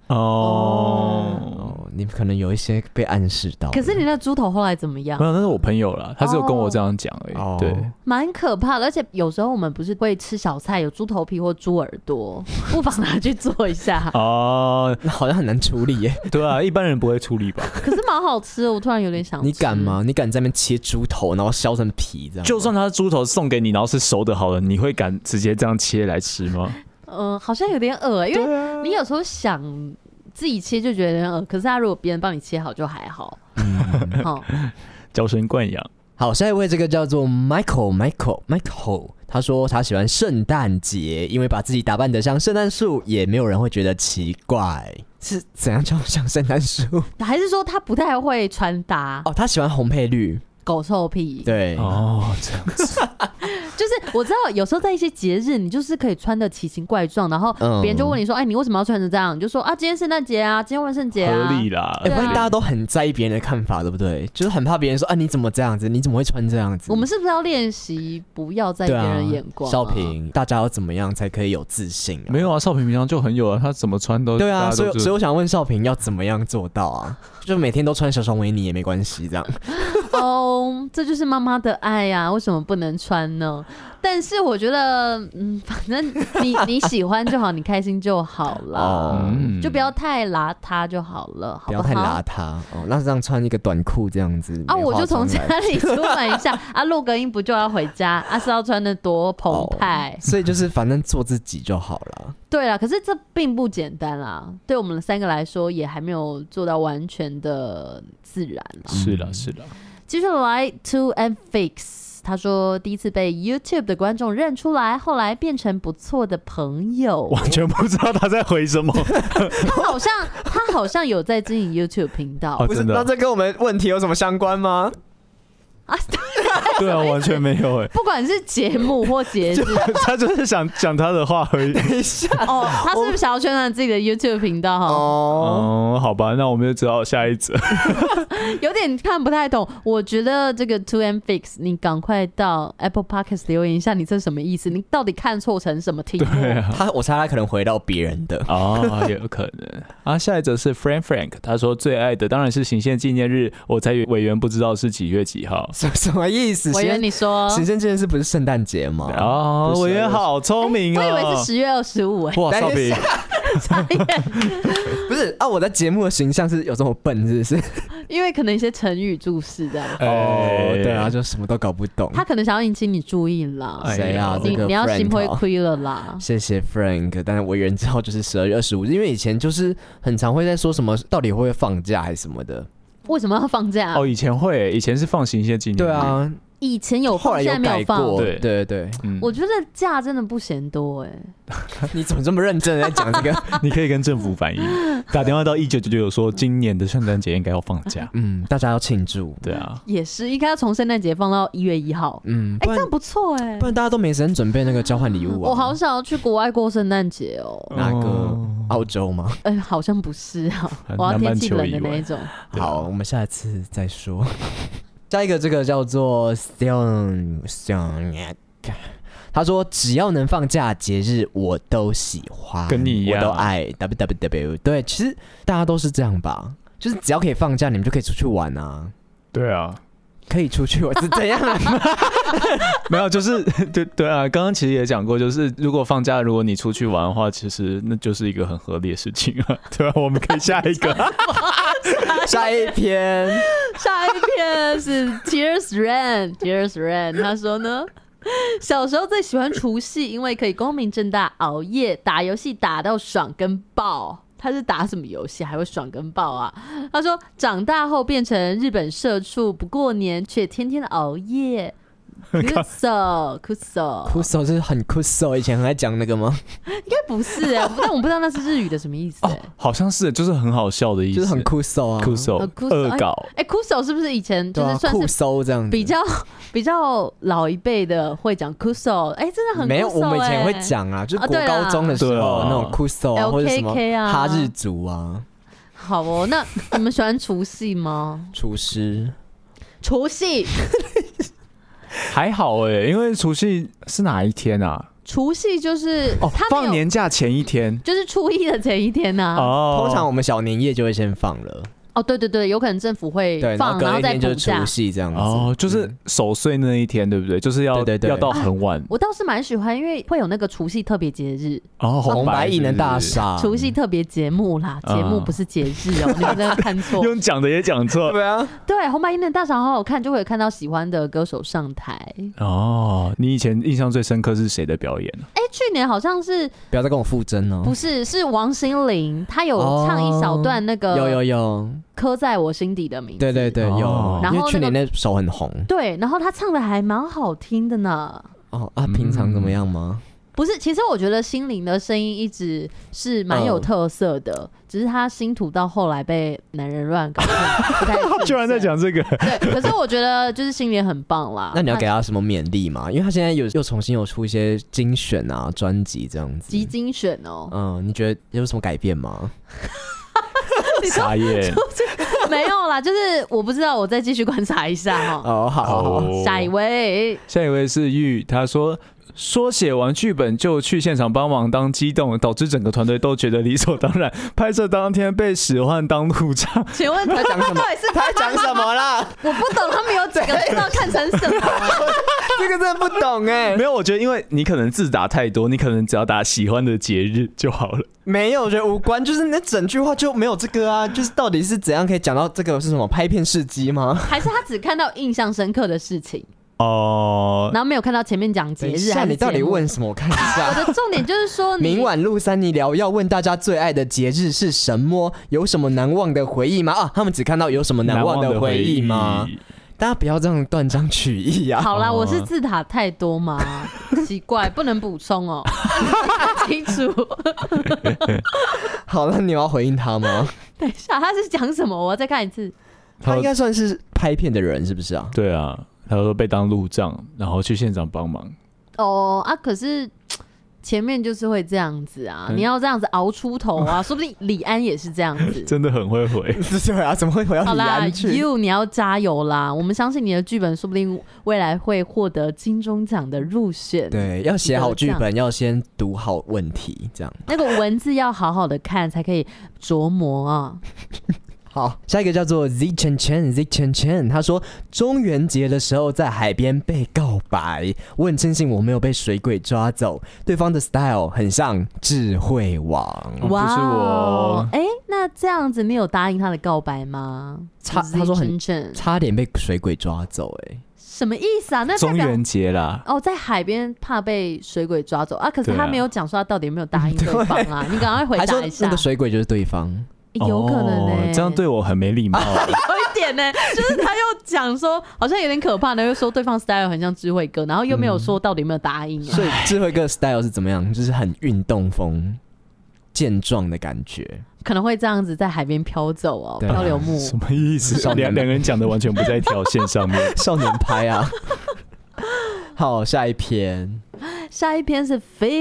你可能有一些被暗示到。 可是你那猪头后来怎么样？ 没有，那是我朋友啦，他只有跟我这样讲而已。对， 蛮可怕的。而且有时候我们不是会吃小菜，有猪头皮或猪耳朵，不妨拿去做一下。 那好像很难处理耶。 对啊，一般人不会处理吧？ 可是蛮好吃的，我突然有点想吃。 你敢吗？你敢在那边切猪头，然后削成皮这样？ 就算他猪头送给你，然后是熟的好了，你会敢直接这样切来吃吗？ 好像有点恶，因为你有时候想自己切就觉得有点恶，可是他如果别人帮你切好就还好。 娇生惯养。 好，下一位这个叫做 Michael， 他说他喜欢圣诞节，因为把自己打扮得像圣诞树，也没有人会觉得奇怪。是怎样叫像圣诞树？ 还是说他不太会穿搭？ 他喜欢红配绿。 狗臭屁。 对， 这样子。 就是我知道有时候在一些节日，你就是可以穿的奇形怪状，然后别人就问你说，你为什么要穿成这样？你就说今天圣诞节啊，今天万圣节啊， 合理啦。 发现大家都很在意别人的看法，对不对？就是很怕别人说你怎么这样子？你怎么会穿这样子？ 我们是不是要练习不要在意别人眼光？ 少平，大家要怎么样才可以有自信？ 没有啊，少平平常就很有啊，他怎么穿都对啊，所以我想问少平要怎么样做到啊？就每天都穿小熊维尼也没关系，这样。 这就是妈妈的爱呀，为什么不能穿呢？但是我觉得，反正你喜欢就好，你开心就好了，就不要太邋遢就好了，好不好？ 不要太邋遢那这样穿一个短裤这样子我就从家里出门一下录个音不就要回家是要穿的多澎湃， 所以就是反正做自己就好了。 对啦，可是这并不简单啦，对我们3个来说也还没有做到完全的自然啦。 是啦是啦。 接下来 2and Fix， 他说第一次被 YouTube 的观众认出来，后来变成不错的朋友。 完全不知道他在回什么。 他好像有在经营 YouTube 频道， 不是？那这跟我们问题有什么相关吗？ 对啊，完全没有不管是节目或节日， 他就是想讲他的话而已。 等一下他是不是想要宣传自己的 YouTube 频道？ 好吧，那我们就知道下一则。 有点看不太懂。我觉得这个 2and Fix， 你赶快到 Apple Podcast 留言一下，你这是什么意思？你到底看错成什么题目？ 对啊， 我猜他可能回到别人的也有可能。下一则是 Frank， 他说最爱的当然是行宪纪念日，我才委员不知道是几月几号。 什么意思？ 委员你说行宪纪念日不是圣诞节吗？ 委员好聪明我以为是10月25。 哇，少平。 不是我在节目的形象是有这么笨是不是？ 因为可能一些成语注释这样。 对啊，就什么都搞不懂。 他可能想要引起你注意啦。 谁啊？ 你要心会亏了啦。 谢谢 Frank， 但是委员之后就是12月25日，因为以前就是很常会在说什么到底会不会放假还是什么的。 为什么要放假？ 以前会，以前是放行宪纪念日。 对啊。 以前有放，现在没有放。 对， 我觉得假真的不嫌多你怎么这么认真的在讲这个？ 你可以跟政府反映，打电话到1999说今年的圣诞节应该要放假。 大家要庆祝。 对啊， 也是应该要从圣诞节放到1月1号。这样不错不然大家都没时间准备那个交换礼物我好想要去国外过圣诞节哪个？澳洲吗？ 好像不是我要天气冷的那一种。 好，我们下次再说。下一个这个叫做 他说只要能放假节日我都喜欢， 跟你一样， 我都爱 www。 对，其实大家都是这样吧，就是只要可以放假你们就可以出去玩啊。 对啊， 可以出去玩是怎样没有，就是对啊，刚刚其实也讲过，就是如果放假，如果你出去玩的话，其实那就是一个很合理的事情啊。对啊，我们可以下一个。 下一篇是 Tears Rain， 他说呢，小时候最喜欢除夕，因为可以光明正大熬夜打游戏，打到爽跟爆。他是打什么游戏还会爽跟爆啊？他说长大后变成日本社畜，不过年却天天的熬夜。 Kuso 是很 Kuso， 以前很爱讲那个吗？ 应该不是但我不知道那是日语的什么意思好像是，就是很好笑的意思， 就是很 Kuso 啊 ，Kuso 恶搞。 Kuso 是不是以前就是算是 Kuso 这样子比较老一辈的会讲 Kuso？ 真的很 Kuso 没有，我们以前会讲就是国高中的时候那种 Kuso 啊，或者什么哈日族啊。 好那你们喜欢除夕吗？ 除夕还好因为除夕是哪一天啊？ 除夕就是放年假前一天， 就是初一的前一天啊。 通常我们小年夜就会先放了。 对，有可能政府会放，然后再补假， 除夕这样子。 就是守岁那一天，对不对？就是要到很晚。 我倒是蛮喜欢，因为会有那个除夕特别节日红白艺能大厦， 除夕特别节目啦，节目不是节日你们真的看错， 用讲的也讲错。 对啊， 对，红白艺能大厦好好看，就会看到喜欢的歌手上台。 你以前印象最深刻是谁的表演呢？ 去年好像是， 不要再跟我附真不是王心凌，她有唱一小段那个有刻在我心底的名字。 对有，然后去年那首很红。 对，然后她唱的还蛮好听的呢。 平常怎么样吗？ 不是，其实我觉得心灵的声音一直是蛮有特色的，只是他星途到后来被男人乱搞，不太居然在讲这个。 对，可是我觉得就是心灵很棒啦。 那你要给他什么勉励吗？因为他现在又重新有出一些精选啊专辑这样子。 集精选哦。 你觉得有什么改变吗？ 傻眼。 没有啦，就是我不知道，我再继续观察一下哦，好。 下一位是玉，他说写完剧本就去现场帮忙当机动，导致整个团队都觉得理所当然。拍摄当天被使唤当路障。 请问他讲什么？他讲什么啦？ 我不懂，他们有几个不知道看成什么？ 这个真的不懂哎。 没有，我觉得因为你可能字打太多，你可能只要打喜欢的节日就好了。 没有，我觉得无关，就是那整句话就没有这个啊，就是到底是怎样可以讲到这个是什么拍片事迹吗？ 还是他只看到印象深刻的事情？ 然后没有看到前面讲节日还是你到底问什么？我看一下。 我的重点就是说， 明晚录3你聊要问大家最爱的节日是什么？有什么难忘的回忆吗？他们只看到有什么难忘的回忆吗？大家不要这样断章取义啊！ 好啦，我是字塔太多吗？奇怪，不能补充哦。清楚。 好了，你要回应他吗？ 等一下，他是讲什么？我要再看一次。 他应该算是拍片的人，是不是啊？ 对啊，他说被当路障，然后去现场帮忙。 可是前面就是会这样子啊，你要这样子熬出头啊，说不定李安也是这样子。 真的很会回。 对啊，怎么会回到李安去？ 好啦，你要加油啦！我们相信你的剧本，说不定未来会获得金钟奖的入选。 对，要写好剧本，要先读好问题，这样那个文字要好好的看，才可以琢磨啊。 好，下一个叫做 Z Chen， 他说中元节的时候在海边被告白，我很庆幸我没有被水鬼抓走，对方的 style 很像智慧王。 哇， 不是我。 那这样子你有答应他的告白吗？ 他说很差点被水鬼抓走， 什么意思啊？那中元节啦。 在海边怕被水鬼抓走啊，可是他没有讲说他到底有没有答应对方啊？你赶快回答一下。 还说那个水鬼就是对方。 有可能这样对我很没礼貌。 有一点就是他又讲说好像有点可怕的，又说对方 style 很像智慧哥，然后又没有说到底有没有答应。 所以智慧哥 style 是怎么样？就是很运动风、健壮的感觉， 可能会这样子在海边飘走漂流木。 什么意思？两个人讲的完全不在一条线上面。 少年拍啊。好，下一篇是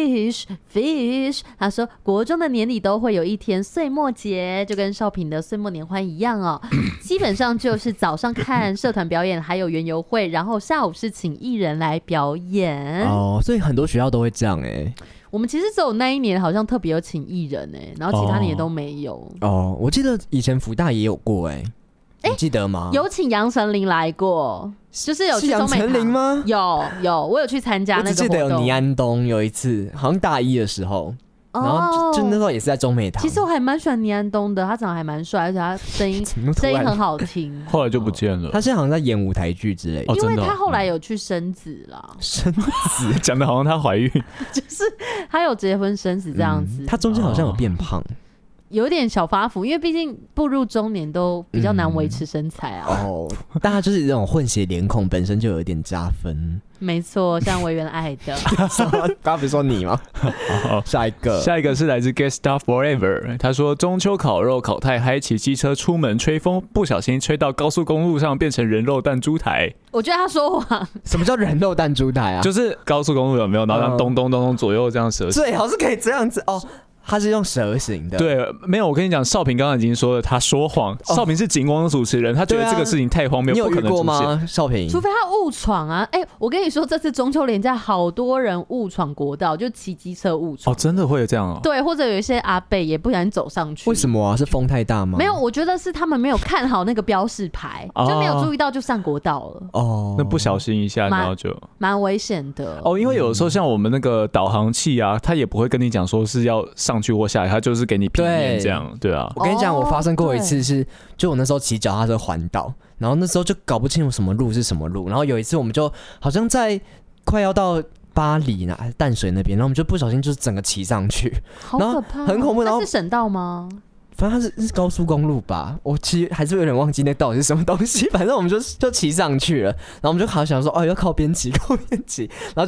Fish， 他说国中的年底都会有一天岁末节，就跟少平的岁末年欢一样基本上就是早上看社团表演，还有园游会，然后下午是请艺人来表演。 所以很多学校都会这样我们其实只有那一年好像特别有请艺人然后其他年都没有。 我记得以前福大也有过你记得吗？ 有请杨丞琳来过，就是有去中美堂。是杨丞琳吗？ 有，我有去参加那个活动。 我只记得有倪安东有一次，好像大一的时候，然后就那时候也是在中美堂。 其实我还蛮喜欢倪安东的，他长得还蛮帅，而且他声音很好听。 后来就不见了。 他现在好像在演舞台剧之类的， 因为他后来有去生子啦。 生子讲的好像他怀孕， 就是他有结婚生子这样子。 他中间好像有变胖。 有点小发福，因为毕竟步入中年都比较难维持身材大家就是这种混血脸孔本身就有一点加分。 没错，像维园爱的。 刚刚不是说你吗？下一个是来自 Get Star Forever， 他说中秋烤肉烤太嗨，骑机车出门吹风，不小心吹到高速公路上变成人肉弹珠台。 我觉得他说谎。 什么叫人肉弹珠台啊？ 就是高速公路有没有，然后让咚咚咚咚左右这样折。 最好是可以这样子他是用蛇形的。 对，没有，我跟你讲，少平刚刚已经说了，他说谎。少平是警广的主持人，他觉得这个事情太荒谬， 你有不可能出现。 遇过吗？少平， 除非他误闯啊！我跟你说，这次中秋连假好多人误闯国道，就骑机车误闯。 真的会有这样对，或者有一些阿伯也不小心走上去。 为什么是风太大吗？ 没有，我觉得是他们没有看好那个标示牌，就没有注意到就上国道了。 那不小心一下，然后就蛮危险的。 因为有的时候像我们那个导航器啊，他也不会跟你讲说是要上去或下来，他就是给你平面这样。对啊， 我跟你讲，我发生过一次是，就我那时候骑脚踏车环岛，然后那时候就搞不清楚什么路是什么路，然后有一次我们就好像在快要到巴黎淡水那边，然后我们就不小心就是整个骑上去， 好可怕， 很恐怖。然后是省道吗？ 反正它是高速公路吧，我其实还是有点忘记那到底是什么东西。反正我们就骑上去了，然后我们就好想说，要靠边骑，然后就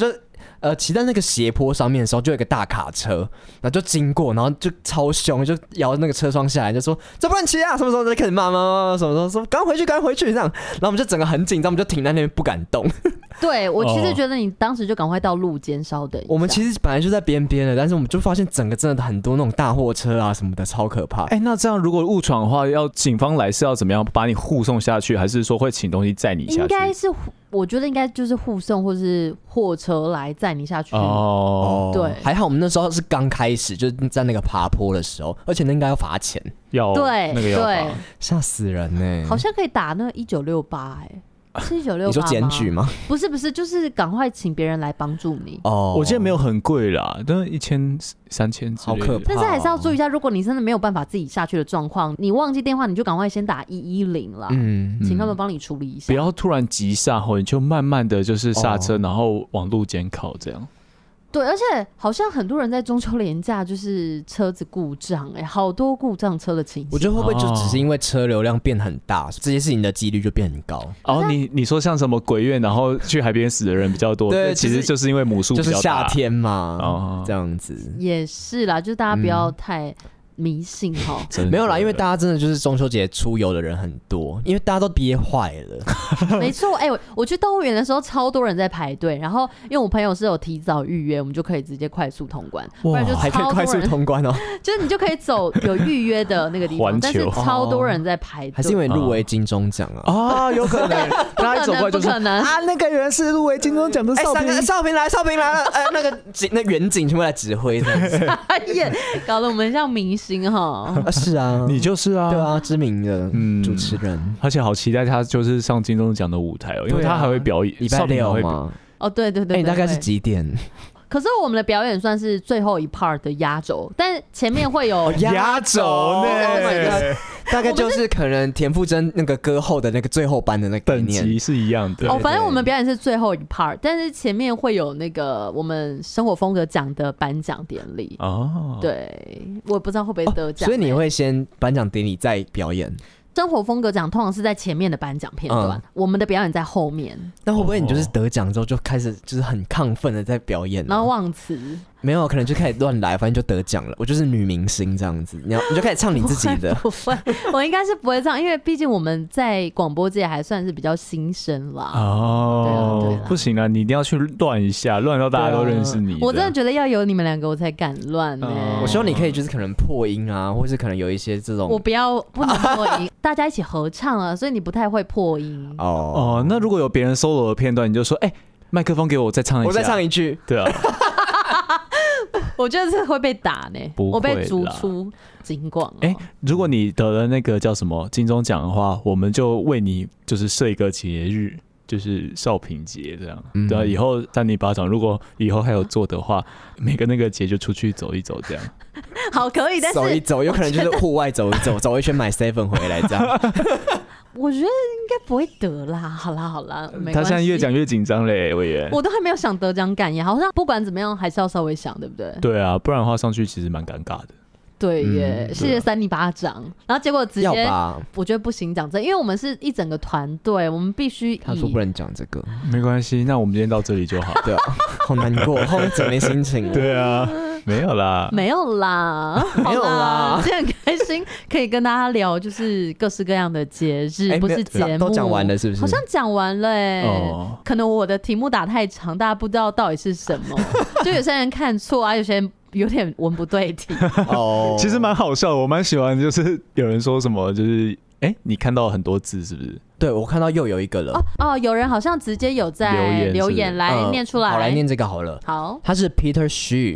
骑在那个斜坡上面的时候，就有一个大卡车，然后就经过，然后就超凶，就摇那个车窗下来，就说这不能骑啊，什么时候就开始骂什么说赶快回去这样，然后我们就整个很紧张，我们就停在那边不敢动。 对，我其实觉得你当时就赶快到路肩稍等一下。 我们其实本来就在边边的，但是我们就发现整个真的很多那种大货车啊什么的，超可怕。 那这样如果误闯的话，要警方来是要怎么样把你护送下去，还是说会请东西载你下去？ 应该是，我觉得应该就是护送或是货车来载你下去。对， 还好我们那时候是刚开始，就是在那个爬坡的时候，而且那应该要罚钱， 对， 那个要罚， 吓死人呢。 好像可以打那个1968是1968吗？ 你说检举吗？ 不是，就是赶快请别人来帮助你。 我记得没有很贵啦，但是1000、3000， 好可怕。 但是还是要注意一下，如果你真的没有办法自己下去的状况，你忘记电话，你就赶快先打110啦，请他们帮你处理一下。 不要突然急刹后，你就慢慢的就是刹车，然后往路肩靠这样。 对，而且好像很多人在中秋连假就是车子故障，好多故障车的情形。 我觉得会不会就只是因为车流量变很大，这些事情的几率就变很高？ 你说像什么鬼月，然后去海边死的人比较多，对，其实就是因为母数比较大， 就是夏天嘛，这样子也是啦，就是大家不要太迷信没有啦，因为大家真的就是中秋节出游的人很多，因为大家都憋坏了。 没错，我去动物园的时候，超多人在排队，然后因为我朋友是有提早预约，我们就可以直接快速通关，不然就还可以快速通关哦， 就是你就可以走有预约的那个地方，但是超多人在排队， 还是因为入围金钟奖啊？ 有可能，他一走过来就是那个人是入围金钟奖的少平来了，那远景全部来指挥这样子， 搞得我们像明星是啊， 你就是啊， 对啊，知名的主持人， 而且好期待他就是上金钟奖的舞台因为他还会表演， 礼拜6嘛。 对， 你大概是几点？ 可是我们的表演算是最后一 part 的压轴，但前面会有压轴呢， 大概就是可能田馥甄那个歌后的那个最后班的那个等级是一样的。 反正我们表演是最后一 part， 但是前面会有那个我们生活风格奖的颁奖典礼。对，我也不知道会不会得奖， 所以你会先颁奖典礼再表演。 生活风格奖通常是在前面的颁奖片段，我们的表演在后面。 那会不会你就是得奖之后就开始就是很亢奋的在表演， 然后忘词？ 没有，可能就开始乱来，反正就得奖了。我就是女明星这样子，你就开始唱你自己的。 不会，我应该是不会唱，因为毕竟我们在广播界还算是比较新生啦。对， 不行啊，你一定要去乱一下，乱到大家都认识你。 我真的觉得要有你们两个我才敢乱呢。 我希望你可以就是可能破音啊，或是可能有一些这种。 我不能破音，大家一起合唱啊，所以你不太会破音。 那如果有别人 solo 的片段，你就说麦克风给我再唱一下， 我再唱一句。 对啊。 我觉得是会被打呢，我被逐出金广。 如果你得了那个叫什么金钟奖的话，我们就为你就是设一个节日，就是少平节这样。对啊，以后扇你巴掌，如果以后还有做的话，每个那个节就出去走一走这样。 好，可以，但是走一走，有可能就是户外走一走，走一圈买 7 回来这样。 我觉得应该不会得啦，好啦，没关系。 他现在越讲越紧张嘞，委员。 我都还没有想得奖感言，好像不管怎么样还是要稍微想，对不对？ 对啊，不然的话上去其实蛮尴尬的。 对耶，谢谢扇你巴掌，然后结果直接，我觉得不行讲这，因为我们是一整个团队，我们必须。 他说不能讲这个， 没关系，那我们今天到这里就好。 对啊，好难过，后面怎么没心情？ 对啊。没有啦， 没有啦， 今天很开心可以跟大家聊，就是各式各样的节日，不是节目都讲完了，是不是？ 好像讲完了可能我的题目打太长，大家不知道到底是什么，就有些人看错啊，有些人有点文不对题。 其实蛮好笑的，我蛮喜欢，就是有人说什么，就是你看到很多字是不是？ 对，我看到又有一个了。 有人好像直接有在留言来念出来。 好，来念这个好了。 好， 他是 Peter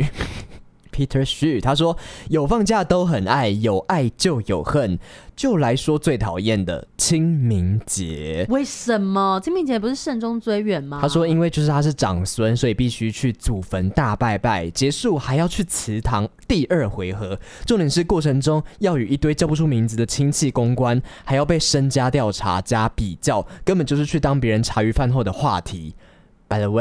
Xu，他说有放假都很爱，有爱就有恨，就来说最讨厌的清明节。 为什么清明节不是慎终追远吗？ 他说因为就是他是长孙，所以必须去祖坟大拜拜，结束还要去祠堂第2回合，重点是过程中要与一堆叫不出名字的亲戚公关，还要被身家调查加比较，根本就是去当别人茶余饭后的话题。By the way，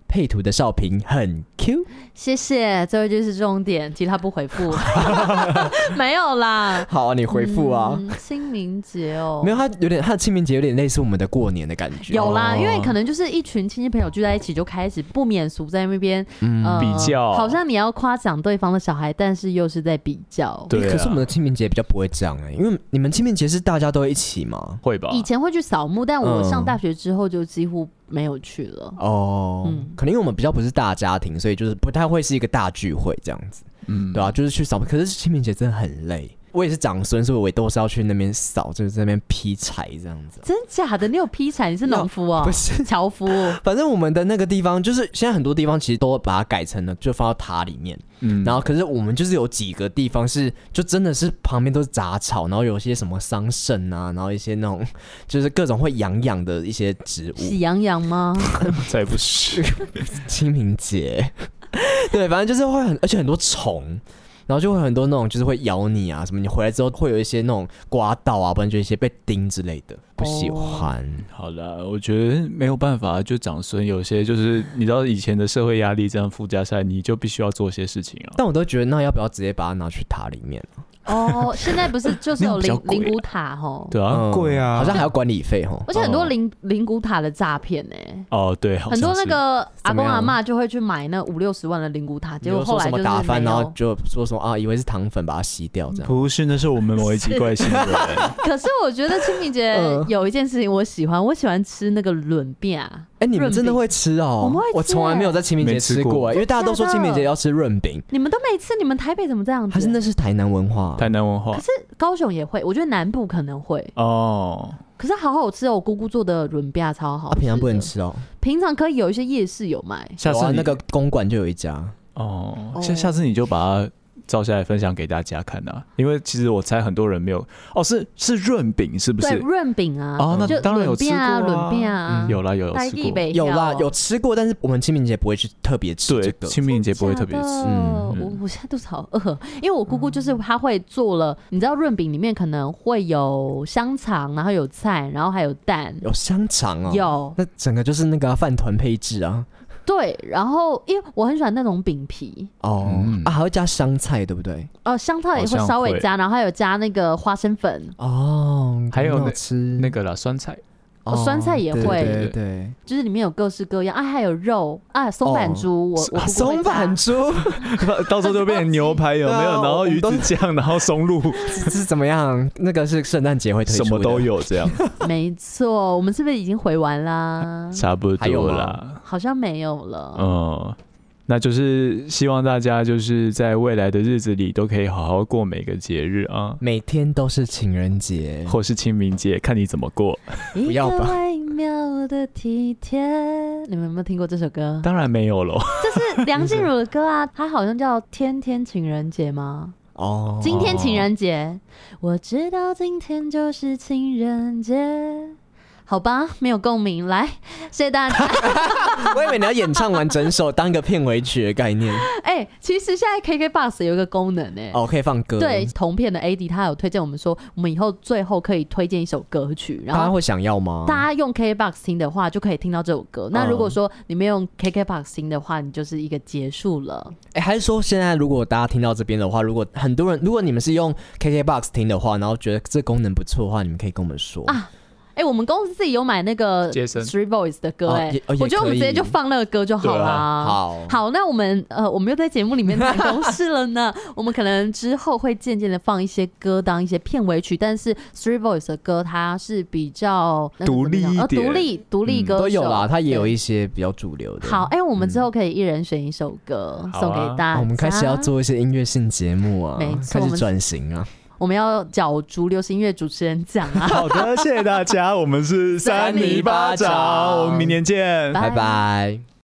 配图的少平很 Q， 谢谢，最后一句是重点，其他不回复。没有啦。 好，你回复啊。 清明节哦， 没有，他的清明节有点类似我们的过年的感觉。 有啦，因为可能就是一群亲戚朋友聚在一起，就开始不免俗在那边比较， 好像你要夸奖对方的小孩，但是又是在比较。 对、可是我们的清明节比较不会这样因为你们清明节是大家都会一起吗？ 会吧？ 以前会去扫墓，但我上大学之后就几乎没有去了。 可能因为我们比较不是大家庭，所以就是不太会是一个大聚会这样子。对啊，就是去扫墓。可是清明节真的很累。我也是长孙，所以我也都是要去那边扫，就是在那边劈柴这样子。 真假的？你有劈柴？你是农夫哦？ 不是樵夫。 反正我们的那个地方，就是现在很多地方其实都把它改成了，就放到塔里面。然后可是我们就是有几个地方是，就真的是旁边都是杂草，然后有些什么桑葚啊，然后一些那种就是各种会痒的一些植物。 喜羊羊吗？ 才不是。 清明节，对，反正就是会而且很多虫。然后就会很多那种就是会咬你啊什么，你回来之后会有一些那种刮到啊，不然就一些被叮之类的，不喜欢。 好了，我觉得没有办法，就长孙有些就是你知道以前的社会压力这样附加下来，你就必须要做些事情啊。 但我都觉得那要不要直接把它拿去塔里面现在不是就是有灵骨塔吼？ 对啊，贵啊， 好像还要管理费吼。 而且很多灵骨塔的诈骗对， 很多那个阿公阿嬷就会去买那50-60万的灵骨塔，结果后来就是打翻，然后就说什么以为是糖粉把它洗掉这样。 不是，那是我们某一集怪新闻。 可是我觉得清明节有一件事情我喜欢吃那个润饼。 你们真的会吃哦？ 我们会吃。 我从来没有在清明节吃过因为大家都说清明节要吃润饼。 你们都没吃？你们台北怎么这样子？ 还是那是台南文化？ 台南文化。 可是高雄也会，我觉得南部可能会可是好好吃哦，我姑姑做的润饼超好吃。 平常不能吃哦？ 平常可以，有一些夜市有卖。 下次那个公馆就有一家下次你就把它照下来分享给大家看啊，因为其实我猜很多人没有是润饼是不是？ 对，润饼啊。 那当然有吃过润饼啊， 有啦，有吃过， 有啦，有吃过，但是我们清明节不会去特别吃这个。 清明节不会特别吃。 我现在肚子好饿，因为我姑姑就是她会做了，你知道润饼里面可能会有香肠，然后有菜，然后还有蛋。 有香肠哦？ 有。 那整个就是那个饭团配置啊。 对，然后因为我很喜欢那种饼皮还会加香菜，对不对？ 香菜也会稍微加，然后还有加那个花生粉还有吃那个啦酸菜。 酸菜也会， 对， 就是里面有各式各样还有肉松板猪，我松板猪， 到时候就变成牛排有没有？然后鱼子酱，然后松露是怎么样？那个是圣诞节会推出的， 什么都有这样。 没错，我们是不是已经回完啦？ 差不多啦， 好像没有了。 那就是希望大家就是在未来的日子里都可以好好过每个节日啊， 每天都是情人节或是清明节，看你怎么过。 不要吧。 一个微妙的体贴，你们有没有听过这首歌？ 当然没有了， 这是梁静茹的歌啊，它好像叫《天天情人节》吗？今天情人节，我知道今天就是情人节。好吧，没有共鸣，来，谢谢大家。 我以为你要演唱完整首当一个片尾曲的概念。 其实现在 KKBOX 有一个功能可以放歌。 对，同片的 AD 他有推荐我们说，我们以后最后可以推荐一首歌曲，然后大家会想要吗？ 大家用 KKBOX 听的话，就可以听到这首歌。那如果说你没用 KKBOX 听的话，你就是一个结束了。 还是说现在如果大家听到这边的话，如果很多人，如果你们是用 KKBOX 听的话，然后觉得这功能不错的话，你们可以跟我们说啊。 我们公司自己有买那个 Street Voice 的歌我觉得我们直接就放那个歌就好啦。好，那我们又在节目里面谈公事了呢。我们可能之后会渐渐的放一些歌当一些片尾曲，但是 Street Voice 的歌它是比较独立一点， 独立歌手都有啦，它也有一些比较主流的。 好，我们之后可以一人选一首歌送给大家。 我们开始要做一些音乐性节目啊， 没错， 开始转型啊。 我们要角逐流行音乐主持人奖啊！ 好的，谢谢大家，我们是三尼巴掌，我们明年见， 拜拜。